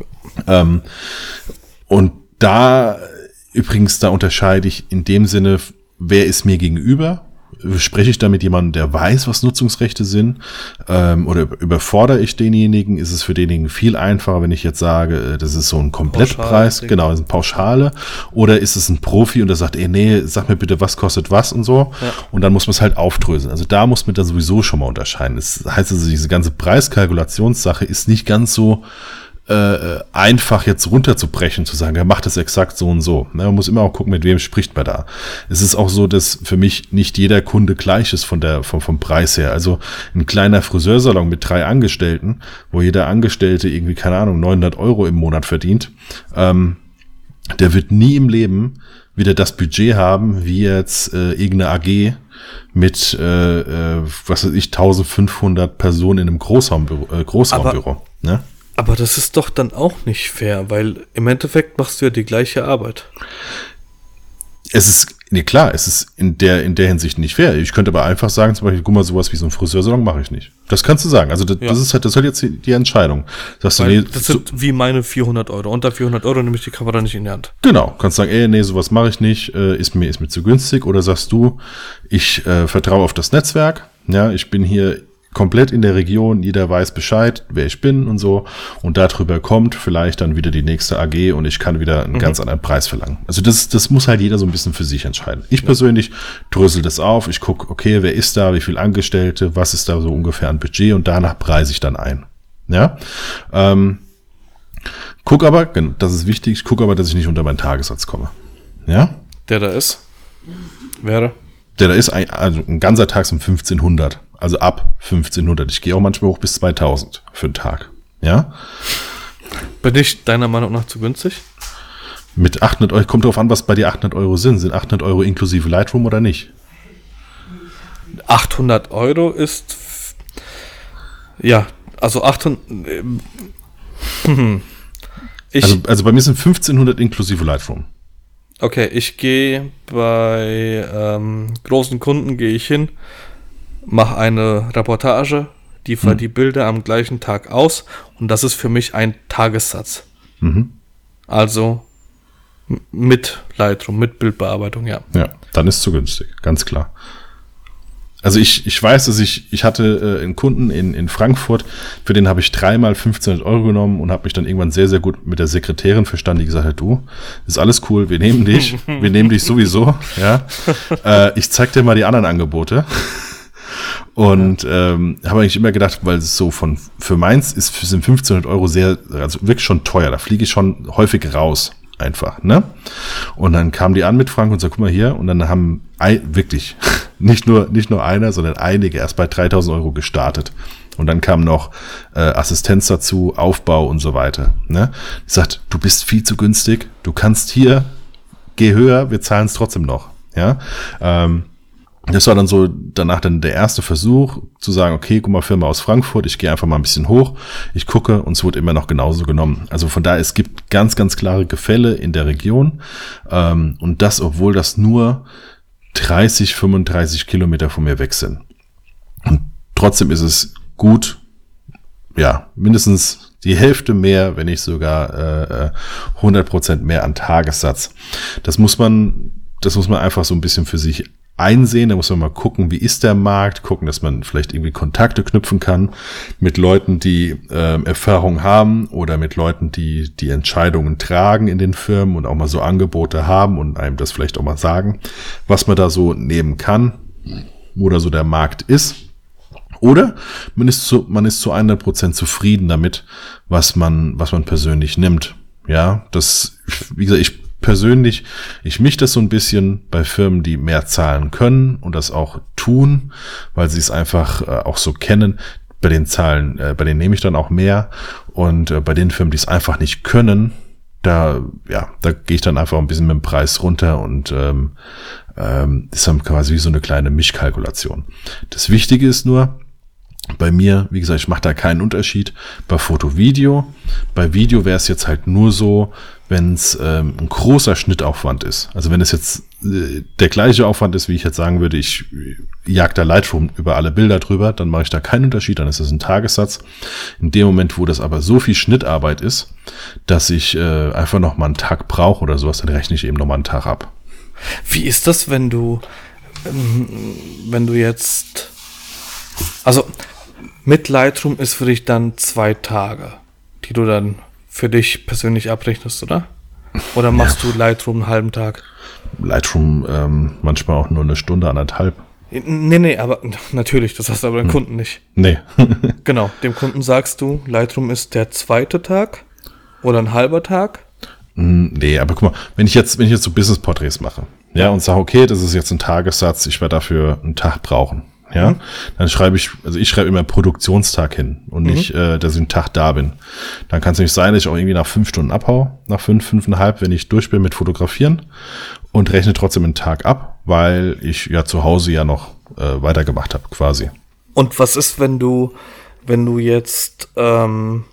Und da unterscheide ich in dem Sinne, wer ist mir gegenüber? Spreche ich da mit jemandem, der weiß, was Nutzungsrechte sind? Oder überfordere ich denjenigen? Ist es für denjenigen viel einfacher, wenn ich jetzt sage, das ist so ein Komplettpreis, genau, das ist eine Pauschale? Oder ist es ein Profi und der sagt, nee, sag mir bitte, was kostet was und so? Ja. Und dann muss man es halt aufdröseln. Also da muss man dann sowieso schon mal unterscheiden. Das heißt also, diese ganze Preiskalkulationssache ist nicht ganz so einfach jetzt runterzubrechen, zu sagen, er macht es exakt so und so. Man muss immer auch gucken, mit wem spricht man da. Es ist auch so, dass für mich nicht jeder Kunde gleich ist vom Preis her. Also ein kleiner Friseursalon mit 3 Angestellten, wo jeder Angestellte irgendwie, keine Ahnung, 900 € im Monat verdient, der wird nie im Leben wieder das Budget haben, wie jetzt irgendeine AG mit, was weiß ich, 1500 Personen in einem Großraumbüro. Ne? Aber das ist doch dann auch nicht fair, weil im Endeffekt machst du ja die gleiche Arbeit. Es ist Nee, klar, es ist in der Hinsicht nicht fair. Ich könnte aber einfach sagen, zum Beispiel, guck mal, sowas wie so ein Friseursalon mache ich nicht. Das kannst du sagen. Also das ist halt jetzt die Entscheidung. Sagst du, nee, das sind wie meine 400 Euro. Unter 400 Euro nehme ich die Kamera nicht in die Hand. Genau, kannst sagen, nee, sowas mache ich nicht, ist mir zu günstig. Oder sagst du, ich vertraue auf das Netzwerk. Ja, ich bin hier komplett in der Region, jeder weiß Bescheid, wer ich bin und so. Und darüber kommt vielleicht dann wieder die nächste AG und ich kann wieder einen ganz anderen Preis verlangen. Also das muss halt jeder so ein bisschen für sich entscheiden. Ich persönlich drösel das auf. Ich gucke, okay, wer ist da, wie viel Angestellte, was ist da so ungefähr an Budget und danach preise ich dann ein. Ja, guck aber, das ist wichtig, ich gucke aber, dass ich nicht unter meinen Tagessatz komme. Ja? Der da ist? Wäre? Der da ist, also ein ganzer Tag sind 1500. Also ab 1500. Ich gehe auch manchmal hoch bis 2000 für einen Tag. Ja? Bin ich deiner Meinung nach zu günstig? Mit 800 Euro, kommt drauf an, was bei dir 800 Euro sind. Sind 800 Euro inklusive Lightroom oder nicht? 800 Euro ist, ja, also 800, also bei mir sind 1500 inklusive Lightroom. Okay, ich gehe bei großen Kunden, gehe ich hin, mache eine Reportage, liefere die Bilder am gleichen Tag aus und das ist für mich ein Tagessatz. Also mit Lightroom, mit Bildbearbeitung, ja. Ja, dann ist es zu günstig, ganz klar. Also ich weiß, dass ich hatte einen Kunden in Frankfurt, für den habe ich 3-mal 1500 Euro genommen und habe mich dann irgendwann sehr, sehr gut mit der Sekretärin verstanden, die gesagt hat, du, ist alles cool, wir nehmen dich sowieso, ja. Ich zeig dir mal die anderen Angebote. Und habe eigentlich immer gedacht, weil es so für meins sind 1500 Euro also wirklich schon teuer, da fliege ich schon häufig raus. Einfach, ne? Und dann kam die an mit Frank und sagt, guck mal hier, und dann haben wirklich nicht nur einer, sondern einige erst bei 3000 Euro gestartet. Und dann kam noch Assistenz dazu, Aufbau und so weiter. Ne? Ich sagte, du bist viel zu günstig, du kannst hier, geh höher, wir zahlen es trotzdem noch. Ja, das war dann so danach dann der erste Versuch zu sagen, okay, guck mal, Firma aus Frankfurt, ich gehe einfach mal ein bisschen hoch, ich gucke und es wurde immer noch genauso genommen. Also von daher, es gibt ganz, ganz klare Gefälle in der Region und das, obwohl das nur 30, 35 Kilometer von mir weg sind. Und trotzdem ist es gut, ja, mindestens die Hälfte mehr, wenn nicht sogar 100% mehr an Tagessatz. Das muss man einfach so ein bisschen für sich einsehen, da muss man mal gucken, wie ist der Markt, gucken, dass man vielleicht irgendwie Kontakte knüpfen kann mit Leuten, die Erfahrung haben oder mit Leuten, die Entscheidungen tragen in den Firmen und auch mal so Angebote haben und einem das vielleicht auch mal sagen, was man da so nehmen kann, wo da so der Markt ist. Oder man ist zu 100% zufrieden damit, was man persönlich nimmt. Ja, das, wie gesagt, ich mische das so ein bisschen bei Firmen, die mehr zahlen können und das auch tun, weil sie es einfach auch so kennen. Bei denen nehme ich dann auch mehr und bei den Firmen, die es einfach nicht können, da gehe ich dann einfach ein bisschen mit dem Preis runter und ist dann quasi wie so eine kleine Mischkalkulation. Das Wichtige ist nur, bei mir, wie gesagt, ich mache da keinen Unterschied bei Foto, Video. Bei Video wäre es jetzt halt nur so, wenn es ein großer Schnittaufwand ist. Also wenn es jetzt der gleiche Aufwand ist, wie ich jetzt sagen würde, ich jag da Lightroom über alle Bilder drüber, dann mache ich da keinen Unterschied, dann ist das ein Tagessatz. In dem Moment, wo das aber so viel Schnittarbeit ist, dass ich einfach noch mal einen Tag brauche oder sowas, dann rechne ich eben noch mal einen Tag ab. Wie ist das, wenn du jetzt, also mit Lightroom ist für dich dann 2 Tage, die du dann für dich persönlich abrechnest, oder? Oder machst du Lightroom einen halben Tag? Lightroom manchmal auch nur eine Stunde, 1,5. Nee, aber natürlich, das hast du aber dem Kunden nicht. Nee. Genau, dem Kunden sagst du, Lightroom ist der 2. Tag oder ein halber Tag? Nee, aber guck mal, wenn ich jetzt so Business-Porträts mache, ja, und sage, okay, das ist jetzt ein Tagessatz, ich werde dafür einen Tag brauchen. Ja, dann schreibe ich immer Produktionstag hin und nicht, dass ich einen Tag da bin. Dann kann es nicht sein, dass ich auch irgendwie nach 5 Stunden abhau, nach 5,5, wenn ich durch bin mit Fotografieren und rechne trotzdem einen Tag ab, weil ich ja zu Hause ja noch weitergemacht habe, quasi. Und was ist, wenn du jetzt einen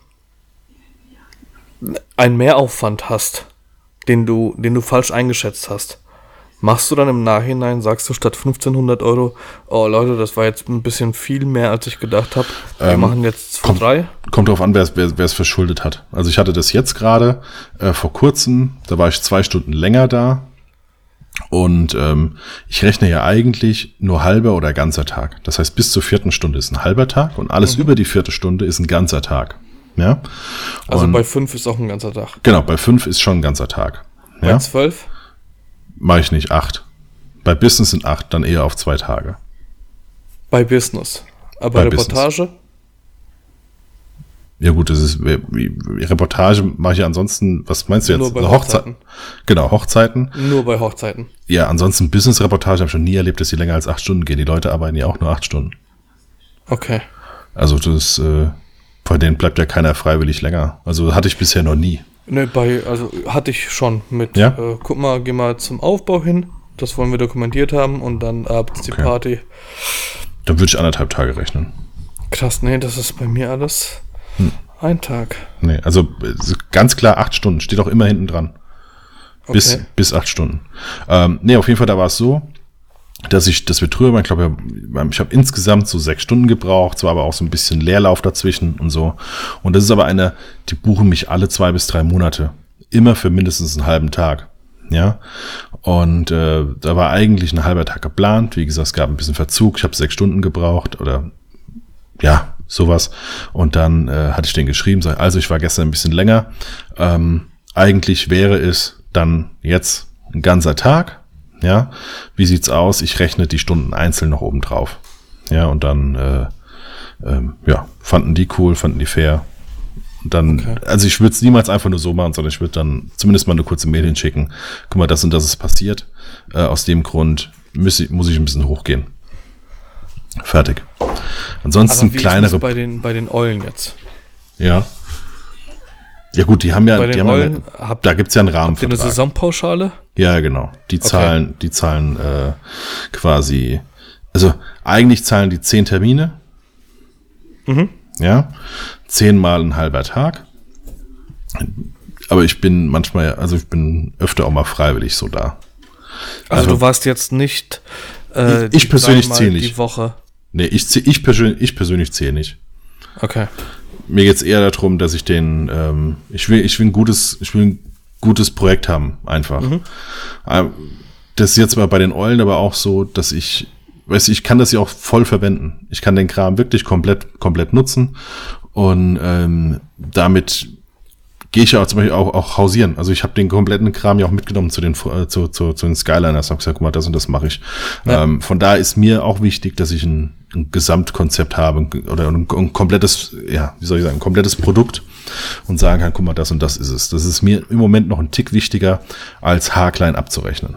Mehraufwand hast, den du falsch eingeschätzt hast? Machst du dann im Nachhinein, sagst du statt 1.500 Euro, oh Leute, das war jetzt ein bisschen viel mehr, als ich gedacht habe. Wir machen jetzt 2-3? Kommt darauf an, wer es verschuldet hat. Also ich hatte das jetzt gerade vor kurzem, da war ich 2 Stunden länger da. Und ich rechne ja eigentlich nur halber oder ganzer Tag. Das heißt, bis zur 4. Stunde ist ein halber Tag und alles über die 4. Stunde ist ein ganzer Tag. Ja? Also bei 5 ist auch ein ganzer Tag. Genau, bei 5 ist schon ein ganzer Tag. Ja? Bei 12? Mache ich nicht 8. Bei Business sind 8, dann eher auf 2 Tage. Bei Business. Aber bei Reportage? Business. Ja gut, das ist Reportage mache ich ja ansonsten, was meinst du jetzt? Nur bei Hochzeiten. Genau, Hochzeiten. Nur bei Hochzeiten. Ja, ansonsten Business-Reportage habe ich schon nie erlebt, dass die länger als 8 Stunden gehen. Die Leute arbeiten ja auch nur 8 Stunden. Okay. Also das, bei denen bleibt ja keiner freiwillig länger. Also hatte ich bisher noch nie. Ne, also hatte ich schon mit, ja? Guck mal, geh mal zum Aufbau hin. Das wollen wir dokumentiert haben und dann abends die Party. Dann würde ich 1,5 Tage rechnen. Krass, nee, das ist bei mir alles ein Tag. Nee, also ganz klar 8 Stunden, steht auch immer hinten dran. Okay. Bis 8 Stunden. Nee, auf jeden Fall, da war es so, dass wir drüber, ich glaube, ich habe insgesamt so 6 Stunden gebraucht, zwar aber auch so ein bisschen Leerlauf dazwischen und so. Und das ist aber die buchen mich alle 2 bis 3 Monate. Immer für mindestens einen halben Tag. Ja. Und da war eigentlich ein halber Tag geplant. Wie gesagt, es gab ein bisschen Verzug. Ich habe 6 Stunden gebraucht oder ja, sowas. Und dann hatte ich den geschrieben, also ich war gestern ein bisschen länger. Eigentlich wäre es dann jetzt ein ganzer Tag. Ja, wie sieht's aus? Ich rechne die Stunden einzeln noch oben drauf. Ja, und dann fanden die cool, fanden die fair. Und dann, Also ich würde es niemals einfach nur so machen, sondern ich würde dann zumindest mal eine kurze Mail hinschicken. Guck mal, das und das ist passiert. Aus dem Grund muss ich ein bisschen hochgehen. Fertig. Ansonsten aber wie kleinere. Ist das bei den Eulen jetzt? Ja. Ja gut, die haben ja, da gibt's ja einen Rahmenvertrag. Habt ihr eine Saisonpauschale? Ja, genau. Die zahlen quasi, also eigentlich zahlen die 10 Termine. Mhm. Ja. 10 mal ein halber Tag. Aber ich bin öfter auch mal freiwillig so da. Also du warst jetzt nicht ich persönlich zähle nicht. Die Woche. Nee, ich persönlich zähle nicht. Okay. Mir geht's eher darum, dass ich ich will ein gutes Projekt haben, einfach. Mhm. Das ist jetzt mal bei den Eulen aber auch so, dass ich kann das ja auch voll verwenden. Ich kann den Kram wirklich komplett nutzen und damit gehe ich ja zum Beispiel auch hausieren. Also ich habe den kompletten Kram ja auch mitgenommen zu den Skyliners und gesagt, guck mal, das und das mache ich. Ja. Von daher ist mir auch wichtig, dass ich ein Gesamtkonzept habe oder ein komplettes, ein komplettes Produkt und sagen kann, guck mal, das und das ist es. Das ist mir im Moment noch ein Tick wichtiger, als haarklein abzurechnen.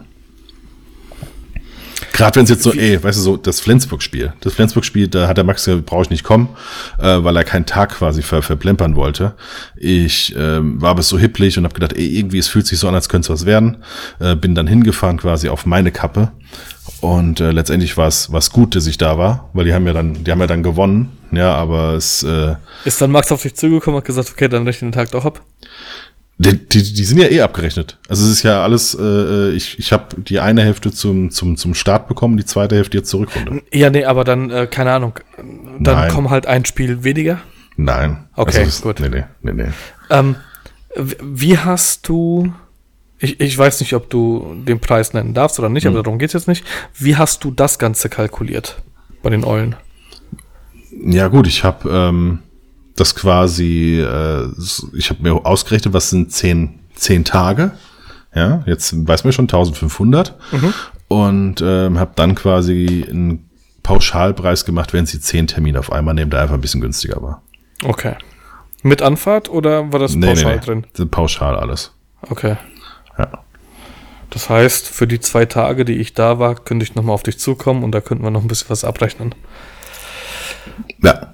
Gerade wenn es jetzt so, das Flensburg-Spiel. Da hat der Max gesagt, brauche ich nicht kommen, weil er keinen Tag quasi verplempern wollte. Ich war aber so hipplig und habe gedacht, irgendwie, es fühlt sich so an, als könnte es was werden. Bin dann hingefahren quasi auf meine Kappe. Und letztendlich war es gut, dass ich da war, weil die haben ja dann gewonnen. Ja, aber es ist dann Max auf dich zugekommen und hat gesagt, okay, dann rechne den Tag doch ab. Die sind ja abgerechnet. Also es ist ja alles, ich habe die eine Hälfte zum Start bekommen, die zweite Hälfte jetzt zur Rückrunde. Ja, nee, aber dann, keine Ahnung, dann kommen halt ein Spiel weniger? Nein. Okay, also gut. Nee. Wie hast du, ich weiß nicht, ob du den Preis nennen darfst oder nicht, aber darum geht's jetzt nicht. Wie hast du das Ganze kalkuliert bei den Eulen? Ja gut, ich habe das quasi, ich habe mir ausgerechnet, was sind 10 Tage. Ja, jetzt weiß man schon 1500. Mhm. Und habe dann quasi einen Pauschalpreis gemacht, wenn sie 10 Termine auf einmal nehmen, der einfach ein bisschen günstiger war. Okay. Mit Anfahrt oder war das pauschal drin? Pauschal alles. Okay. Ja. Das heißt, für die 2 Tage, die ich da war, könnte ich nochmal auf dich zukommen und da könnten wir noch ein bisschen was abrechnen. Ja.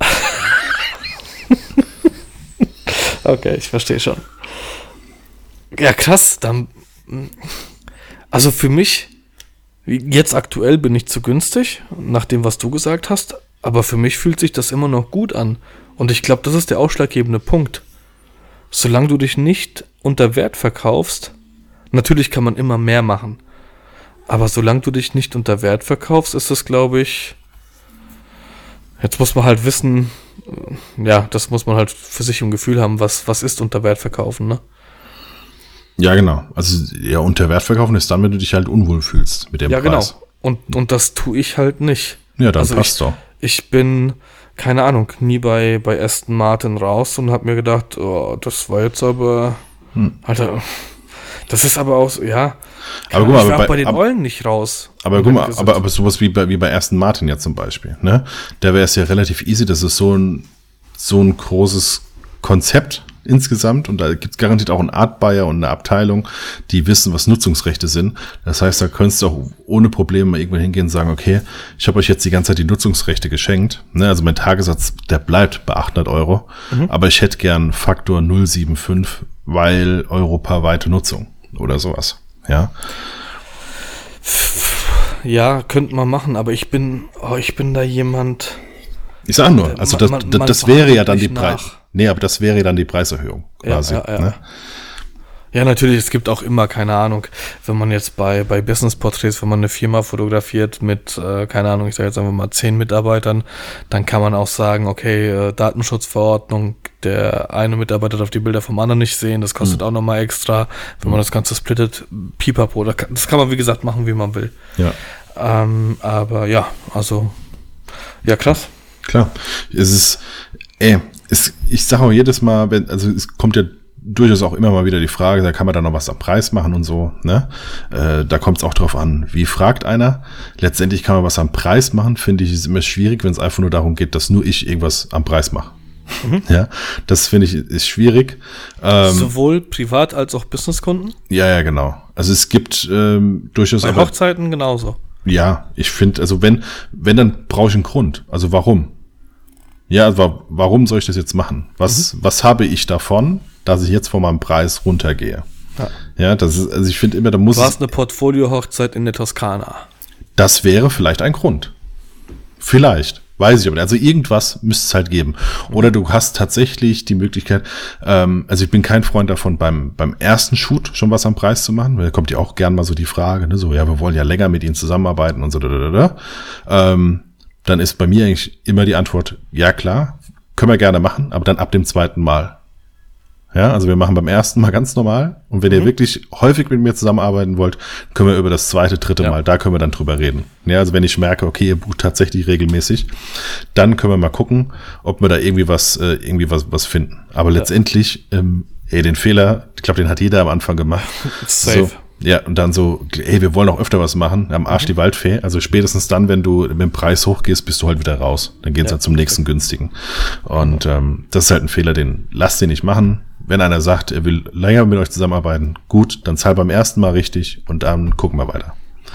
Okay, ich verstehe schon. Ja, krass. Dann, also für mich, jetzt aktuell bin ich zu günstig, nach dem, was du gesagt hast, aber für mich fühlt sich das immer noch gut an. Und ich glaube, das ist der ausschlaggebende Punkt. Solange du dich nicht unter Wert verkaufst, natürlich kann man immer mehr machen, Aber solange du dich nicht unter Wert verkaufst, ist das, glaube ich, jetzt muss man halt wissen, ja, das muss man halt für sich im Gefühl haben, was ist unter Wert verkaufen, ne? Ja, genau. Also, ja, unter Wert verkaufen ist dann, wenn du dich halt unwohl fühlst mit dem Preis. Ja, genau. Und das tue ich halt nicht. Ja, dann passt doch. Ich bin, keine Ahnung, nie bei Aston Martin raus und habe mir gedacht, oh, das war jetzt aber, Alter, das ist aber auch, ja. Aber guck mal, ich war bei den Eulen nicht raus. Aber guck mal, aber sowas wie bei Aston Martin ja zum Beispiel, ne? Da wäre es ja relativ easy, das ist so ein großes Konzept insgesamt und da gibt es garantiert auch einen Art Buyer und eine Abteilung, die wissen, was Nutzungsrechte sind. Das heißt, da könntest du auch ohne Probleme mal irgendwann hingehen und sagen, okay, ich habe euch jetzt die ganze Zeit die Nutzungsrechte geschenkt. Ne? Also mein Tagessatz, der bleibt bei 800 €, aber ich hätte gern Faktor 0,75, weil europaweite Nutzung oder sowas. Ja. Ja, könnte man machen, aber ich bin da jemand. Ich sag nur, also das wäre ja dann die aber das wäre ja dann die Preiserhöhung quasi. Ja. Ne? Ja, natürlich, es gibt auch immer, keine Ahnung, wenn man jetzt bei Business-Porträts, wenn man eine Firma fotografiert mit, keine Ahnung, ich sage jetzt einfach mal 10 Mitarbeitern, dann kann man auch sagen, okay, Datenschutzverordnung, der eine Mitarbeiter darf die Bilder vom anderen nicht sehen, das kostet auch nochmal extra, wenn man das Ganze splittet, pipapo, das kann man wie gesagt machen, wie man will. Ja. Aber ja, also, ja, krass. Klar, ich sage auch jedes Mal, es kommt ja durchaus auch immer mal wieder die Frage, da kann man dann noch was am Preis machen und so, ne? Da kommt es auch drauf an, wie fragt einer. Letztendlich kann man was am Preis machen, finde ich, ist immer schwierig, wenn es einfach nur darum geht, dass nur ich irgendwas am Preis mache. Ja, das finde ich ist schwierig. Sowohl Privat- als auch Businesskunden? Ja, genau. Also es gibt durchaus... Bei Hochzeiten genauso. Ja, ich finde, also wenn dann brauche ich einen Grund. Also warum? Ja, also warum soll ich das jetzt machen? Was habe ich davon, dass ich jetzt von meinem Preis runtergehe? Ja, das ist, also ich finde immer, da muss... Du hast eine Portfolio-Hochzeit in der Toskana. Das wäre vielleicht ein Grund. Vielleicht. Weiß ich aber nicht. Also irgendwas müsste es halt geben. Oder du hast tatsächlich die Möglichkeit, also ich bin kein Freund davon, beim ersten Shoot schon was am Preis zu machen, weil da kommt ja auch gern mal so die Frage, ne, so, ja, wir wollen ja länger mit ihnen zusammenarbeiten und so, dann ist bei mir eigentlich immer die Antwort, ja klar, können wir gerne machen, aber dann ab dem zweiten Mal. Ja, also wir machen beim ersten Mal ganz normal und wenn ihr wirklich häufig mit mir zusammenarbeiten wollt, können wir über das zweite, dritte Mal, da können wir dann drüber reden. Ja, also wenn ich merke, okay, ihr bucht tatsächlich regelmäßig, dann können wir mal gucken, ob wir da irgendwie was finden. Aber letztendlich, den Fehler, ich glaube, den hat jeder am Anfang gemacht. Safe. So, ja, und dann so, wir wollen auch öfter was machen, am Arsch die Waldfee. Also spätestens dann, wenn du mit dem Preis hochgehst, bist du halt wieder raus. Dann geht's halt zum nächsten günstigen. Und das ist halt ein Fehler, lasst den nicht machen. Wenn einer sagt, er will länger mit euch zusammenarbeiten, gut, dann zahl beim ersten Mal richtig und dann gucken wir weiter.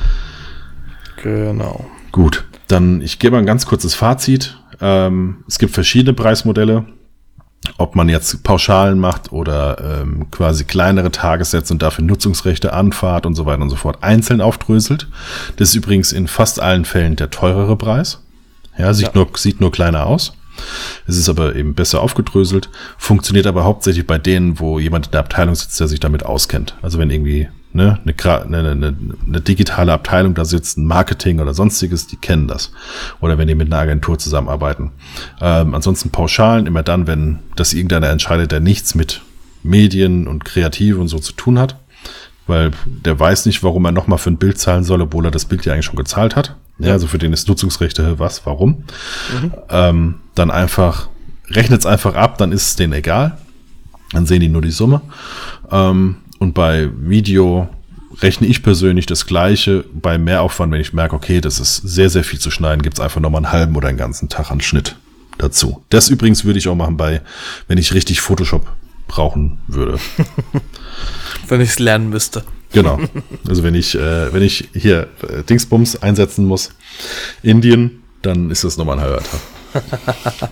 Genau. Gut, dann ich gebe mal ein ganz kurzes Fazit. Es gibt verschiedene Preismodelle. Ob man jetzt Pauschalen macht oder quasi kleinere Tagessätze und dafür Nutzungsrechte, Anfahrt und so weiter und so fort einzeln aufdröselt. Das ist übrigens in fast allen Fällen der teurere Preis. Ja, sieht nur kleiner aus. Es ist aber eben besser aufgedröselt, funktioniert aber hauptsächlich bei denen, wo jemand in der Abteilung sitzt, der sich damit auskennt. Also wenn irgendwie eine digitale Abteilung da sitzt, ein Marketing oder sonstiges, die kennen das. Oder wenn die mit einer Agentur zusammenarbeiten. Ansonsten Pauschalen immer dann, wenn das irgendeiner entscheidet, der nichts mit Medien und Kreativ und so zu tun hat. Weil der weiß nicht, warum er nochmal für ein Bild zahlen soll, obwohl er das Bild ja eigentlich schon gezahlt hat. Ja, also für den ist Nutzungsrechte warum. Dann rechnet es einfach ab, dann ist es denen egal. Dann sehen die nur die Summe. Und bei Video rechne ich persönlich das Gleiche. Bei Mehraufwand, wenn ich merke, okay, das ist sehr, sehr viel zu schneiden, gibt es einfach nochmal einen halben oder einen ganzen Tag an Schnitt dazu. Das übrigens würde ich auch machen wenn ich richtig Photoshop brauchen würde. Wenn ich es lernen müsste. Genau. Also wenn ich hier Dingsbums einsetzen muss, Indien, dann ist das nochmal ein halber Tag.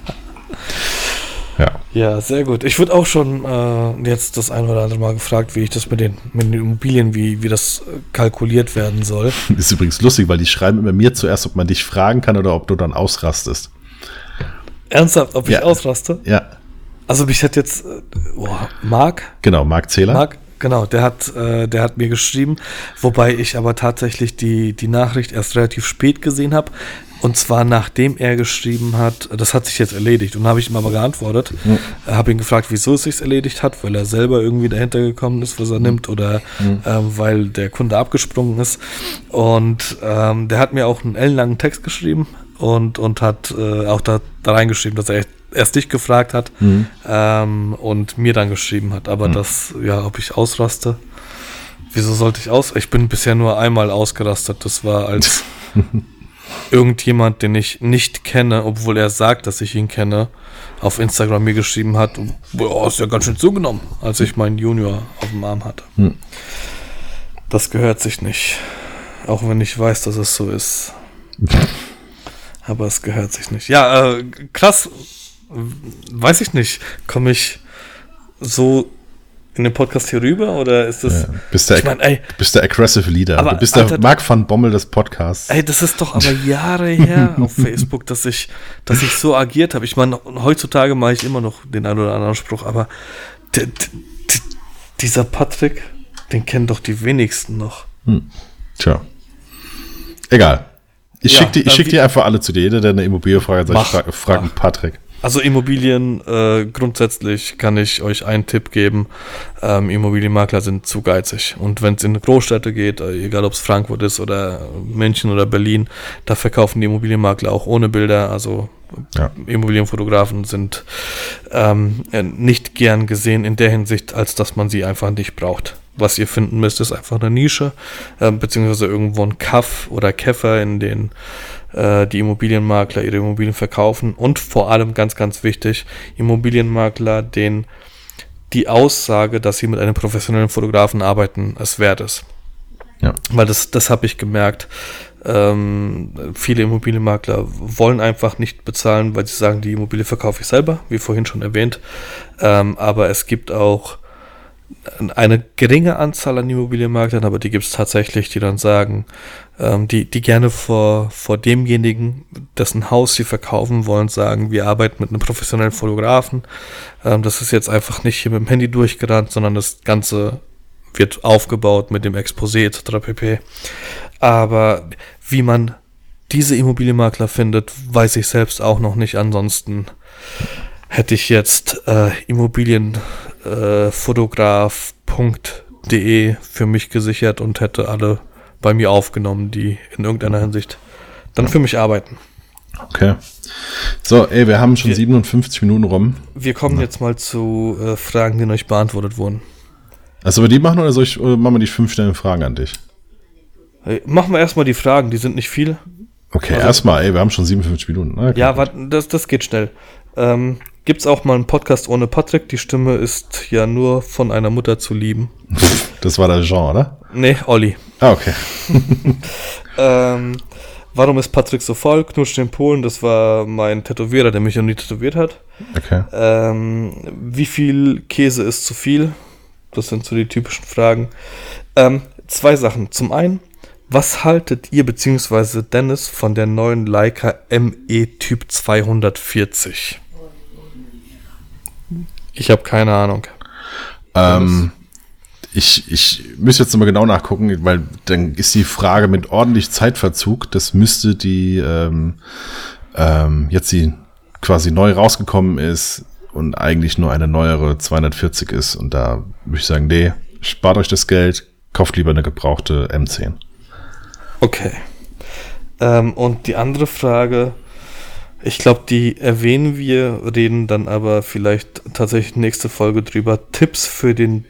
Ja, sehr gut. Ich wurde auch schon jetzt das ein oder andere Mal gefragt, wie ich das mit den Immobilien, wie das kalkuliert werden soll. Ist übrigens lustig, weil die schreiben immer mir zuerst, ob man dich fragen kann oder ob du dann ausrastest. Ernsthaft, ob ich ausraste? Ja. Also mich hat jetzt Marc. Genau, Marc Zähler. Genau, der hat mir geschrieben, wobei ich aber tatsächlich die Nachricht erst relativ spät gesehen habe. Und zwar nachdem er geschrieben hat, das hat sich jetzt erledigt. Und habe ich ihm aber geantwortet, habe ihn gefragt, wieso es sich erledigt hat, weil er selber irgendwie dahinter gekommen ist, was er nimmt, oder weil der Kunde abgesprungen ist. Und der hat mir auch einen ellenlangen Text geschrieben und hat auch da reingeschrieben, dass er erst dich gefragt hat und mir dann geschrieben hat. Aber ob ich ausraste, wieso sollte ich bin bisher nur einmal ausgerastet. Das war als irgendjemand, den ich nicht kenne, obwohl er sagt, dass ich ihn kenne, auf Instagram mir geschrieben hat, boah, ist ja ganz schön zugenommen, als ich meinen Junior auf dem Arm hatte. Das gehört sich nicht. Auch wenn ich weiß, dass es so ist. Aber es gehört sich nicht. Ja, krass. Weiß ich nicht. Komme ich so in den Podcast hier rüber oder ist das... Ja, bist der Aggressive Leader. Aber, du bist der Mark van Bommel des Podcasts. Ey, das ist doch aber Jahre her auf Facebook, dass ich so agiert habe. Ich meine, heutzutage mache ich immer noch den einen oder anderen Spruch, aber dieser Patrick, den kennen doch die wenigsten noch. Tja. Egal. Ich schick dir einfach alle zu dir. Jeder, der eine Immobilie fragt, frag Patrick. Also Immobilien, grundsätzlich kann ich euch einen Tipp geben. Immobilienmakler sind zu geizig. Und wenn es in Großstädte geht, egal ob es Frankfurt ist oder München oder Berlin, da verkaufen die Immobilienmakler auch ohne Bilder. Also Immobilienfotografen sind nicht gern gesehen in der Hinsicht, als dass man sie einfach nicht braucht. Was ihr finden müsst, ist einfach eine Nische, beziehungsweise irgendwo ein Kaff oder Käfer, in den die Immobilienmakler ihre Immobilien verkaufen. Und vor allem, ganz, ganz wichtig, Immobilienmakler, denen die Aussage, dass sie mit einem professionellen Fotografen arbeiten, es wert ist. Ja. Weil das habe ich gemerkt. Viele Immobilienmakler wollen einfach nicht bezahlen, weil sie sagen, die Immobilie verkaufe ich selber, wie vorhin schon erwähnt. Aber es gibt auch eine geringe Anzahl an Immobilienmaklern, aber die gibt es tatsächlich, die dann sagen, die gerne vor demjenigen, dessen Haus sie verkaufen wollen, sagen, wir arbeiten mit einem professionellen Fotografen. Das ist jetzt einfach nicht hier mit dem Handy durchgerannt, sondern das Ganze wird aufgebaut mit dem Exposé etc. pp. Aber wie man diese Immobilienmakler findet, weiß ich selbst auch noch nicht. Ansonsten hätte ich jetzt Immobilienfotograf.de für mich gesichert und hätte alle bei mir aufgenommen, die in irgendeiner Hinsicht dann für mich arbeiten. Okay. So, wir haben schon 57 Minuten rum. Wir kommen jetzt mal zu Fragen, die euch beantwortet wurden. Also wir die machen oder machen wir die 5 schnellen Fragen an dich? Machen wir erstmal die Fragen, die sind nicht viel. Okay, erstmal, wir haben schon 57 Minuten. Okay. Ja, das geht schnell. Gibt's auch mal einen Podcast ohne Patrick? Die Stimme ist ja nur von einer Mutter zu lieben. Das war der Jean, oder? Nee, Olli. Ah, okay. Warum ist Patrick so faul? Knutscht den Polen, das war mein Tätowierer, der mich noch nie tätowiert hat. Okay. Wie viel Käse ist zu viel? Das sind so die typischen Fragen. 2 Sachen. Zum einen, was haltet ihr bzw. Dennis von der neuen Leica ME Typ 240? Ich habe keine Ahnung. Ich müsste jetzt nochmal genau nachgucken, weil dann ist die Frage mit ordentlich Zeitverzug. Das müsste die jetzt die quasi neu rausgekommen ist und eigentlich nur eine neuere 240 ist. Und da würde ich sagen, nee, spart euch das Geld, kauft lieber eine gebrauchte M10. Okay. Und die andere Frage, ich glaube, die erwähnen wir, reden dann aber vielleicht tatsächlich nächste Folge drüber. Tipps für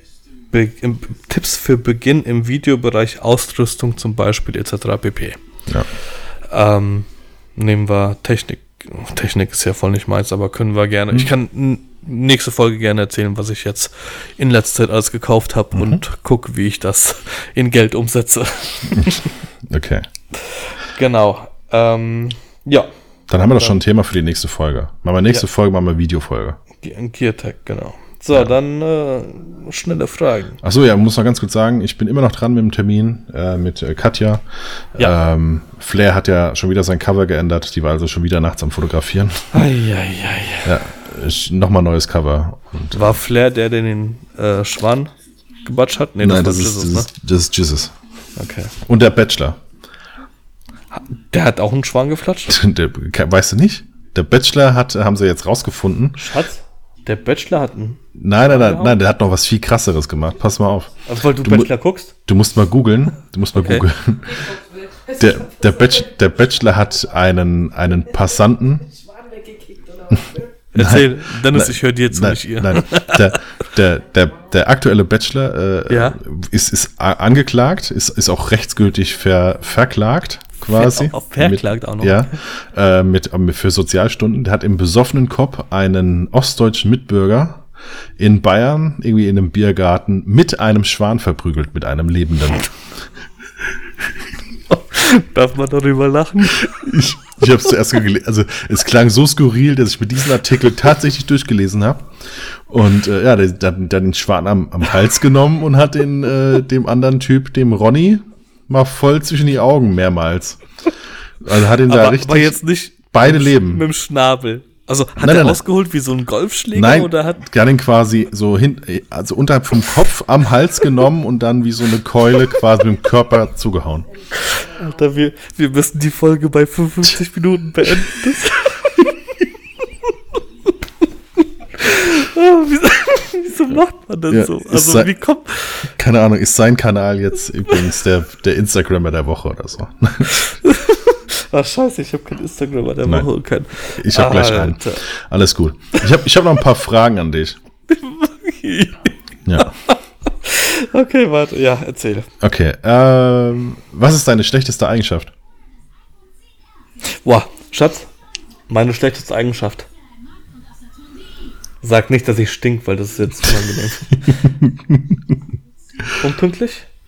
Beginn im Videobereich, Ausrüstung zum Beispiel etc. pp. Ja. Nehmen wir Technik. Technik ist ja voll nicht meins, aber können wir gerne. Ich kann nächste Folge gerne erzählen, was ich jetzt in letzter Zeit alles gekauft habe und gucke, wie ich das in Geld umsetze. Okay. Genau. Ja. Dann haben wir doch schon ein Thema für die nächste Folge. Nächste Folge machen wir Videofolge. Geartech, genau. So, dann schnelle Fragen. Achso, ja, muss noch ganz kurz sagen, ich bin immer noch dran mit dem Termin mit Katja. Ja. Flair hat ja schon wieder sein Cover geändert. Die war also schon wieder nachts am Fotografieren. Eieiei. Ja, nochmal neues Cover. Und, war Flair der den Schwan gebatscht hat? Nee, Nein, das ist Jesus. Okay. Und der Bachelor. Der hat auch einen Schwan geflatscht? Weißt du nicht? Der Bachelor haben sie jetzt rausgefunden. Schatz, der Bachelor hat einen... Nein, der hat noch was viel krasseres gemacht. Pass mal auf. Also, weil du Bachelor guckst? Du musst mal googeln. Der Bachelor hat einen Passanten. Erzähl, Dennis, ich höre dir zu, nicht ihr. Nein, der aktuelle Bachelor ist angeklagt, ist auch rechtsgültig verklagt, quasi. Auch verklagt auch noch. Ja, für Sozialstunden. Der hat im besoffenen Kopf einen ostdeutschen Mitbürger in Bayern, irgendwie in einem Biergarten, mit einem Schwan verprügelt, mit einem Lebenden. Darf man darüber lachen? Ich habe es zuerst gelesen. Also es klang so skurril, dass ich mir diesen Artikel tatsächlich durchgelesen habe. Und der hat den Schwan am Hals genommen und hat dem anderen Typ, dem Ronny, mal voll zwischen die Augen mehrmals. Also hat ihn da richtig. Aber jetzt nicht beide Leben. Mit dem Schnabel. Also hat er ausgeholt wie so ein Golfschläger? Nein, oder hat Alter, wir müssen die Folge bei 55 Minuten beenden. Wieso macht man das so? Also wie kommt... Keine Ahnung, ist sein Kanal jetzt übrigens der Instagrammer der Woche oder so. Ach scheiße, ich habe kein Instagrammer der Woche und kein... Ich habe gleich einen. Alles gut. Ich hab noch ein paar Fragen an dich. Ja. Okay, warte, ja, erzähl. Okay, was ist deine schlechteste Eigenschaft? Boah, Schatz, meine schlechteste Eigenschaft. Sag nicht, dass ich stink, weil das ist jetzt unangenehm. Unpünktlich?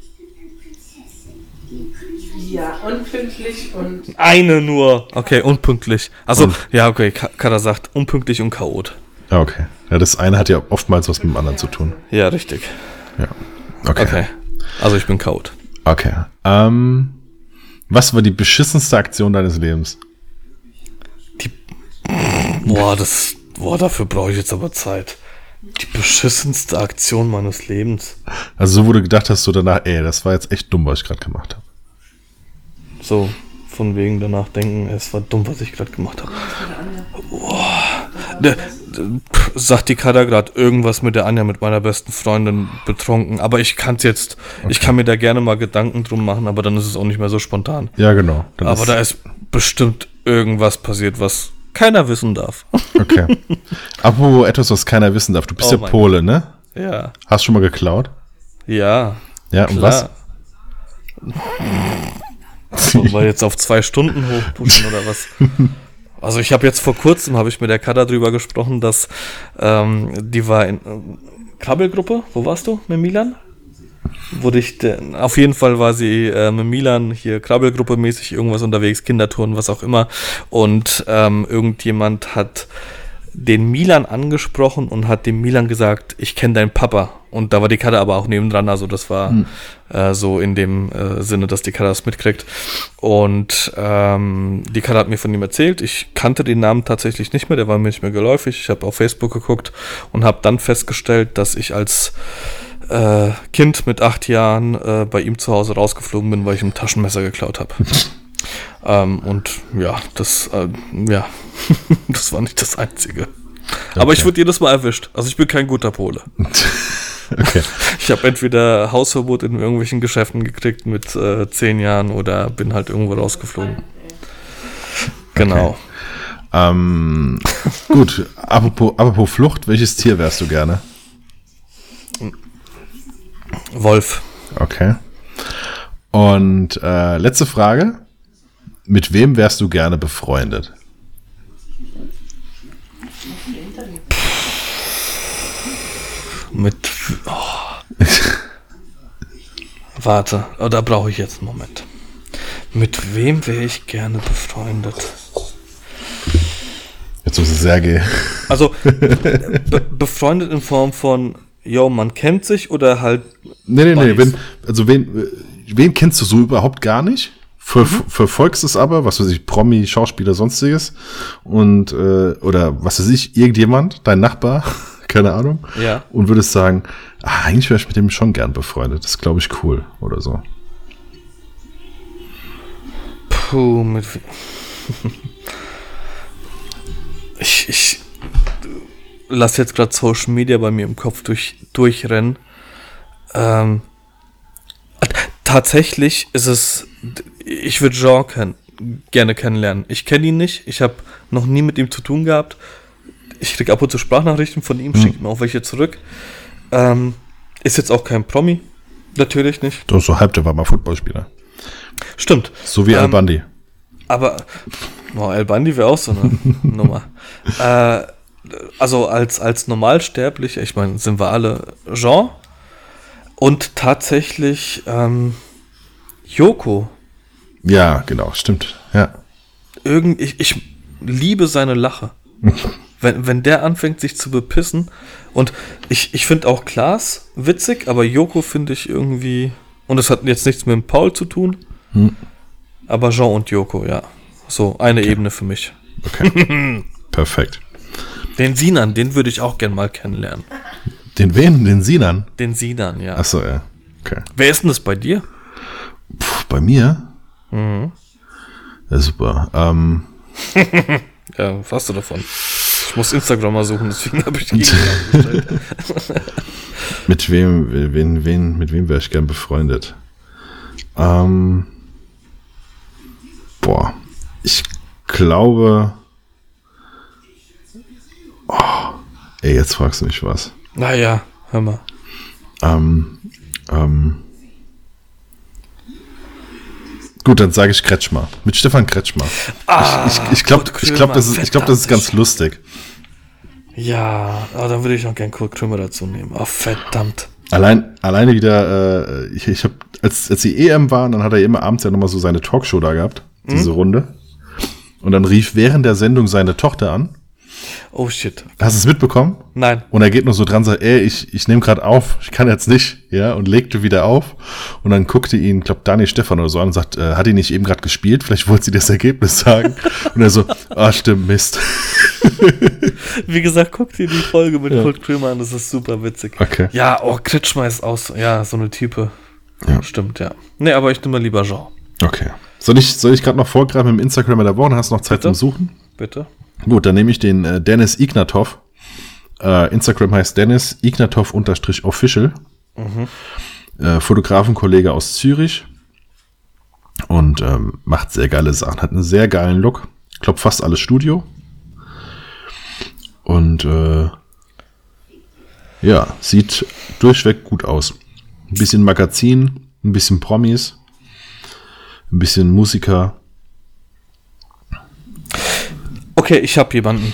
Ja, unpünktlich und... Eine nur. Okay, unpünktlich. Also, ja, okay, Kara sagt unpünktlich und Chaot. Okay. Ja, das eine hat ja oftmals was mit dem anderen zu tun. Ja, richtig. Ja. Okay. Also ich bin Chaot. Okay. Was war die beschissenste Aktion deines Lebens? Dafür brauche ich jetzt aber Zeit. Die beschissenste Aktion meines Lebens. Also so, wo du gedacht hast, so danach, das war jetzt echt dumm, was ich gerade gemacht habe. So, von wegen danach denken, es war dumm, was ich gerade gemacht habe. Sagt die Kada gerade irgendwas mit der Anja, mit meiner besten Freundin, betrunken. Aber ich kann es jetzt, ich kann mir da gerne mal Gedanken drum machen, aber dann ist es auch nicht mehr so spontan. Ja, genau. Aber da ist bestimmt irgendwas passiert, was keiner wissen darf. Okay. Apropos etwas, was keiner wissen darf. Du bist ja Pole, ne? Ja. Hast du schon mal geklaut? Ja. Ja, und was? Wollen wir jetzt auf 2 Stunden hochpushen oder was? Also ich habe jetzt vor kurzem, habe ich mit der Kada drüber gesprochen, dass die war in Krabbelgruppe. Wo warst du? Mit Milan? Auf jeden Fall war sie mit Milan hier Krabbelgruppe mäßig irgendwas unterwegs, Kindertouren, was auch immer. Und irgendjemand hat den Milan angesprochen und hat dem Milan gesagt, ich kenne deinen Papa. Und da war die Kada aber auch nebendran, also das war so in dem Sinne, dass die Kada das mitkriegt. Und die Kada hat mir von ihm erzählt. Ich kannte den Namen tatsächlich nicht mehr, der war mir nicht mehr geläufig. Ich habe auf Facebook geguckt und habe dann festgestellt, dass ich als Kind mit 8 Jahren bei ihm zu Hause rausgeflogen bin, weil ich ein Taschenmesser geklaut habe. Und ja, das das war nicht das Einzige. Okay. Aber ich wurde jedes Mal erwischt. Also ich bin kein guter Pole. Okay. Ich habe entweder Hausverbot in irgendwelchen Geschäften gekriegt mit 10 Jahren oder bin halt irgendwo rausgeflogen. Genau. Okay. Gut, apropos Flucht, welches Tier wärst du gerne? Wolf. Okay. Und letzte Frage. Mit wem wärst du gerne befreundet? Warte, da brauche ich jetzt einen Moment. Mit wem wäre ich gerne befreundet? Jetzt muss es Sergej. Also befreundet in Form von, man kennt sich oder halt. Nee. Wen kennst du so überhaupt gar nicht? Verfolgst es aber, was weiß ich, Promi, Schauspieler, sonstiges und oder was weiß ich, irgendjemand, dein Nachbar, keine Ahnung. Ja. Und würdest sagen, eigentlich wäre ich mit dem schon gern befreundet. Das ist, glaube ich, cool oder so. Puh, ich lasse jetzt gerade Social Media bei mir im Kopf durchrennen. Tatsächlich ist es, ich würde Jean gerne kennenlernen. Ich kenne ihn nicht, ich habe noch nie mit ihm zu tun gehabt. Ich kriege ab und zu Sprachnachrichten von ihm, schickt mir auch welche zurück. Ist jetzt auch kein Promi, natürlich nicht. Doch, so halb, der war mal Footballspieler. Stimmt. So wie Al Bundy. Aber, Al Bundy wäre auch so eine Nummer. Also als Normalsterblicher, ich meine, sind wir alle Jean. Und tatsächlich Joko. Ja, genau, stimmt. Ja. Ich liebe seine Lache. Wenn der anfängt, sich zu bepissen. Und ich finde auch Klaas witzig, aber Joko finde ich irgendwie. Und das hat jetzt nichts mit dem Paul zu tun. Aber Jean und Joko, ja. So, eine Ebene für mich. Okay. Perfekt. Den Sinan, den würde ich auch gern mal kennenlernen. Den wen? Den Sinan? Den Sinan, ja. Achso, ja. Okay. Wer ist denn das bei dir? Bei mir? Ja, super. Ja, was hast du davon? Ich muss Instagram mal suchen, deswegen habe ich die gestellt. Mit wem wäre ich gern befreundet? Ich glaube. Jetzt fragst du mich was. Naja, hör mal. Gut, dann sage ich Kretschmer. Mit Stefan Kretschmer. Ich glaube, das ist ganz lustig. Ja, aber dann würde ich noch gern Kurt Krömer dazu nehmen. Oh, verdammt. Alleine wieder, ich habe, als die EM waren, dann hat er immer abends ja nochmal so seine Talkshow da gehabt, diese Runde. Und dann rief während der Sendung seine Tochter an. Oh shit. Hast du es mitbekommen? Nein. Und er geht nur so dran und sagt, ich nehme gerade auf, ich kann jetzt nicht, ja, und legte wieder auf. Und dann guckte ihn, glaube Dani Stefan oder so an und sagt, hat die nicht eben gerade gespielt? Vielleicht wollte sie das Ergebnis sagen. Und er so, stimmt, Mist. Wie gesagt, guck dir die Folge mit Kurt Krömer an, das ist super witzig. Okay. Ja, Kretschmer ist auch so eine Type. Ja. Stimmt, ja. Nee, aber ich nehme mal lieber Jean. Okay. Soll ich gerade noch vorgreifen im Instagram der Woche? Hast du noch Zeit zum Suchen? Bitte. Gut, dann nehme ich den Dennis Ignatov. Instagram heißt Dennis Ignatov_official. Fotografenkollege aus Zürich. Und macht sehr geile Sachen. Hat einen sehr geilen Look. Ich glaube, fast alles Studio. Und sieht durchweg gut aus. Ein bisschen Magazin, ein bisschen Promis, ein bisschen Musiker. Okay, ich habe jemanden.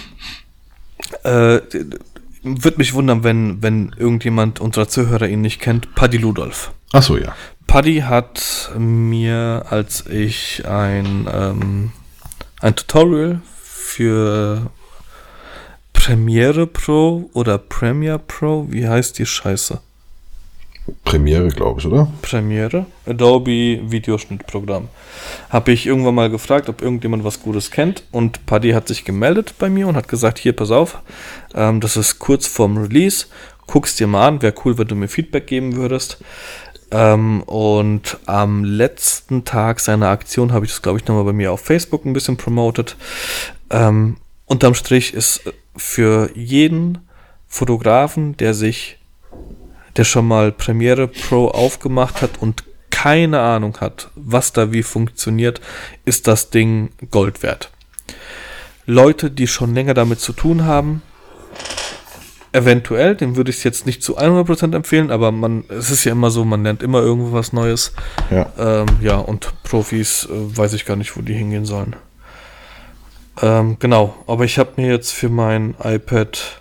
Würde mich wundern, wenn irgendjemand unserer Zuhörer ihn nicht kennt. Paddy Ludolf. Ach so, ja. Paddy hat mir, als ich ein Tutorial für Premiere Pro oder Premiere Pro, wie heißt die Scheiße? Premiere, glaube ich, oder? Premiere, Adobe Videoschnittprogramm. Habe ich irgendwann mal gefragt, ob irgendjemand was Gutes kennt, und Paddy hat sich gemeldet bei mir und hat gesagt, hier, pass auf, das ist kurz vorm Release, guck's dir mal an, wäre cool, wenn du mir Feedback geben würdest. Und am letzten Tag seiner Aktion habe ich das, glaube ich, nochmal bei mir auf Facebook ein bisschen promotet. Unterm Strich ist für jeden Fotografen, der schon mal Premiere Pro aufgemacht hat und keine Ahnung hat, was da wie funktioniert, ist das Ding Gold wert. Leute, die schon länger damit zu tun haben, eventuell, dem würde ich es jetzt nicht zu 100% empfehlen, aber es ist ja immer so, man lernt immer irgendwo was Neues. Ja. Und Profis weiß ich gar nicht, wo die hingehen sollen. Genau, aber ich habe mir jetzt für mein iPad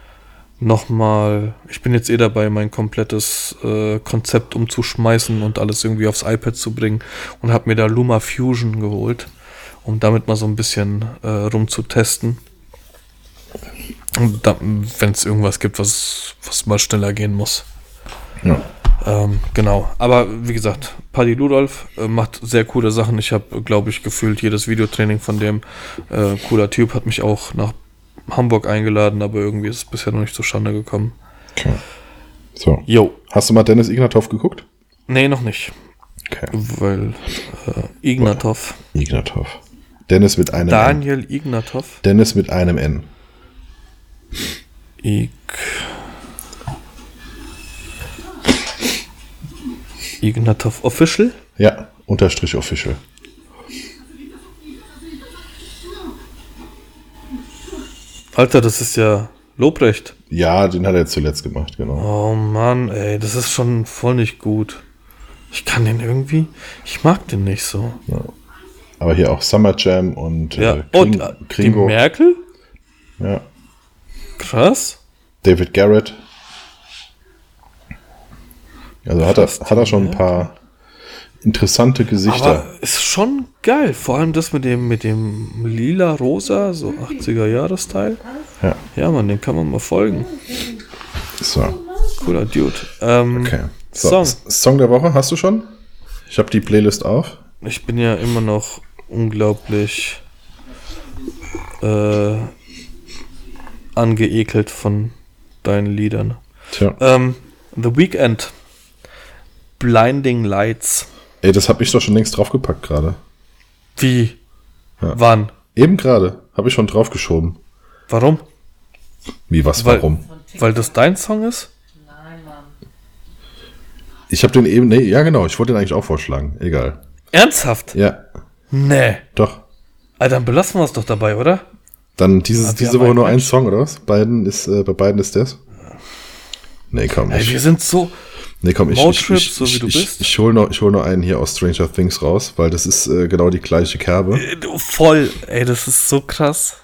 ich bin jetzt dabei, mein komplettes Konzept umzuschmeißen und alles irgendwie aufs iPad zu bringen, und habe mir da Luma Fusion geholt, um damit mal so ein bisschen rumzutesten. Und wenn es irgendwas gibt, was mal schneller gehen muss. Ja. Genau, aber wie gesagt, Paddy Ludolf macht sehr coole Sachen. Ich habe, glaube ich, gefühlt jedes Videotraining von dem. Cooler Typ, hat mich auch nach Hamburg eingeladen, aber irgendwie ist es bisher noch nicht zustande gekommen. Okay. So. Jo. Hast du mal Dennis Ignatov geguckt? Nee, noch nicht. Okay. Weil Ignatov. Ignatov. Dennis mit einem Daniel Ignatov. Dennis mit einem N. Ignatov Official? Ja, _official. Alter, das ist ja Lobrecht. Ja, den hat er jetzt zuletzt gemacht, genau. Oh Mann, ey, das ist schon voll nicht gut. Ich kann den irgendwie, ich mag den nicht so. Ja. Aber hier auch Summer Jam und Ja, die Kringo. Merkel? Ja. Krass. David Garrett. Also hat er schon ein paar interessante Gesichter. Aber ist schon geil. Vor allem das mit dem lila-rosa, so 80er-Jahres-Style. Ja. Ja, Mann, den kann man mal folgen. So. Cooler Dude. Okay. So, Song der Woche hast du schon? Ich habe die Playlist auf. Ich bin ja immer noch unglaublich angeekelt von deinen Liedern. Tja. The Weeknd. Blinding Lights. Ey, das habe ich doch schon längst draufgepackt gerade. Wie? Ja. Wann? Eben gerade. Habe ich schon draufgeschoben. Warum? Wie, was, warum? Weil das dein Song ist? Nein, Mann. Ich habe den eben, nee, ja genau, ich wollte den eigentlich auch vorschlagen. Egal. Ernsthaft? Ja, Nee. doch. Alter, dann belassen wir es doch dabei, oder? Dann Aber diese wir Woche haben nur einen ein Song, oder was? Bei beiden ist das? Nee, komm. Ey, wir sind so... Nee, komm, Roadtrip, so wie du bist. Ich hol noch einen hier aus Stranger Things raus, weil das ist genau die gleiche Kerbe. Voll. Ey, das ist so krass.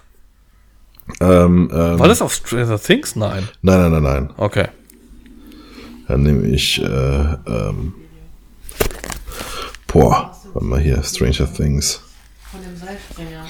War das auf Stranger Things? Nein. Nein. Okay. Dann nehme ich, warte mal hier, Stranger Things. Von dem Seilspringer.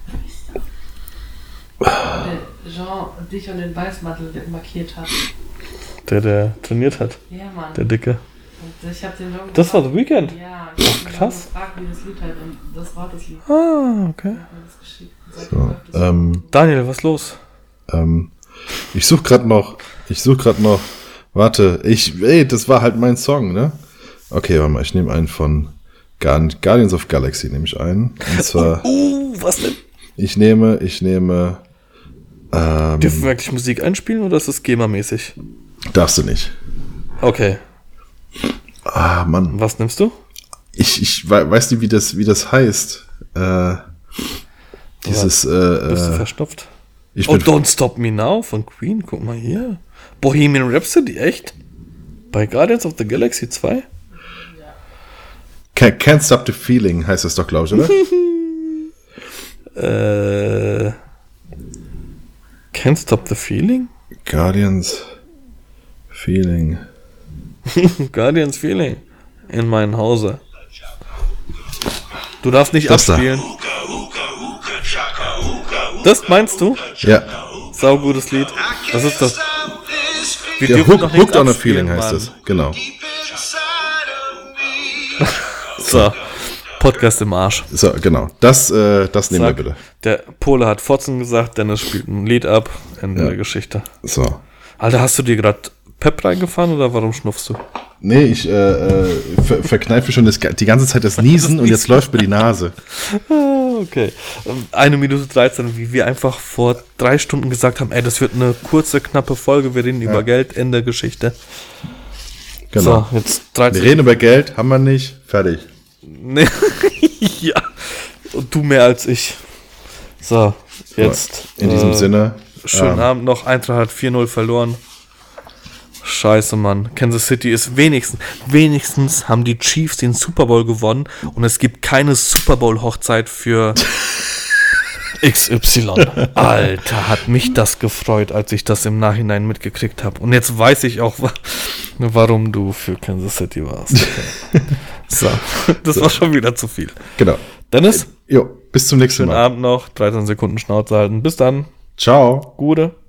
Der Jean dich und den Weißmantel markiert hat. Der trainiert hat. Ja, Mann. Der Dicke. Und ich hab den Jean Das war The Weeknd? Ja, ich hab den Jean krass. gefragt, wie das Lied halt, und das war das Lied. Ah, okay. Er hat mir das geschickt. Und seitdem läuft das. Daniel, was los? Ich suche gerade noch, warte, das war halt mein Song, ne? Okay, warte mal, ich nehme einen von Guardians of Galaxy, nehme ich einen. Und zwar, Was denn? ich nehme, Dürfen wir eigentlich Musik einspielen oder ist das GEMA-mäßig? darfst du nicht. Okay. Ah, Mann. Was nimmst du? Ich weiß nicht, wie das heißt. Dieses, Bist du verstopft? ich Oh, bin, Don't Stop Me Now von Queen, guck mal hier. Bohemian Rhapsody, echt? Bei Guardians of the Galaxy 2? Can't Stop the Feeling heißt das doch, glaube ich, oder? Can't Stop the Feeling? Guardians Feeling. Guardians Feeling. In meinem Hause. Du darfst nicht Das da. abspielen. Das meinst du? Ja, Saugutes Lied. Das ist das. Wir der dürfen noch nichts Hooked on a abspielen, Feeling heißt Mann. es, genau. So. Podcast im Arsch. So, genau. Das nehmen wir Sag, bitte. Der Pole hat Fotzen gesagt, Dennis spielt ein Lied ab. Ende der Geschichte. So. Alter, hast du dir gerade Pep reingefahren oder warum schnupfst du? Nee, ich verkneife schon die ganze Zeit das Niesen und jetzt läuft mir die Nase. Okay. 1 Minute 13, wie wir einfach vor 3 Stunden gesagt haben, ey, das wird eine kurze, knappe Folge, wir reden über Geld, Ende Geschichte. Genau. So, jetzt 13. Wir reden über Geld, haben wir nicht, fertig. Nee. Ja. Und du mehr als ich. So, jetzt. In diesem Sinne. Schönen Abend noch. Eintracht hat 4-0 verloren. Scheiße, Mann. Kansas City ist wenigstens haben die Chiefs den Super Bowl gewonnen und es gibt keine Super Bowl Hochzeit für XY. Alter, hat mich das gefreut, als ich das im Nachhinein mitgekriegt habe. Und jetzt weiß ich auch, warum du für Kansas City warst. Okay. So, das war schon wieder zu viel. Genau. Dennis, Jo, bis zum nächsten schönen Mal. Abend noch. 13 Sekunden Schnauze halten. Bis dann. Ciao. Gute.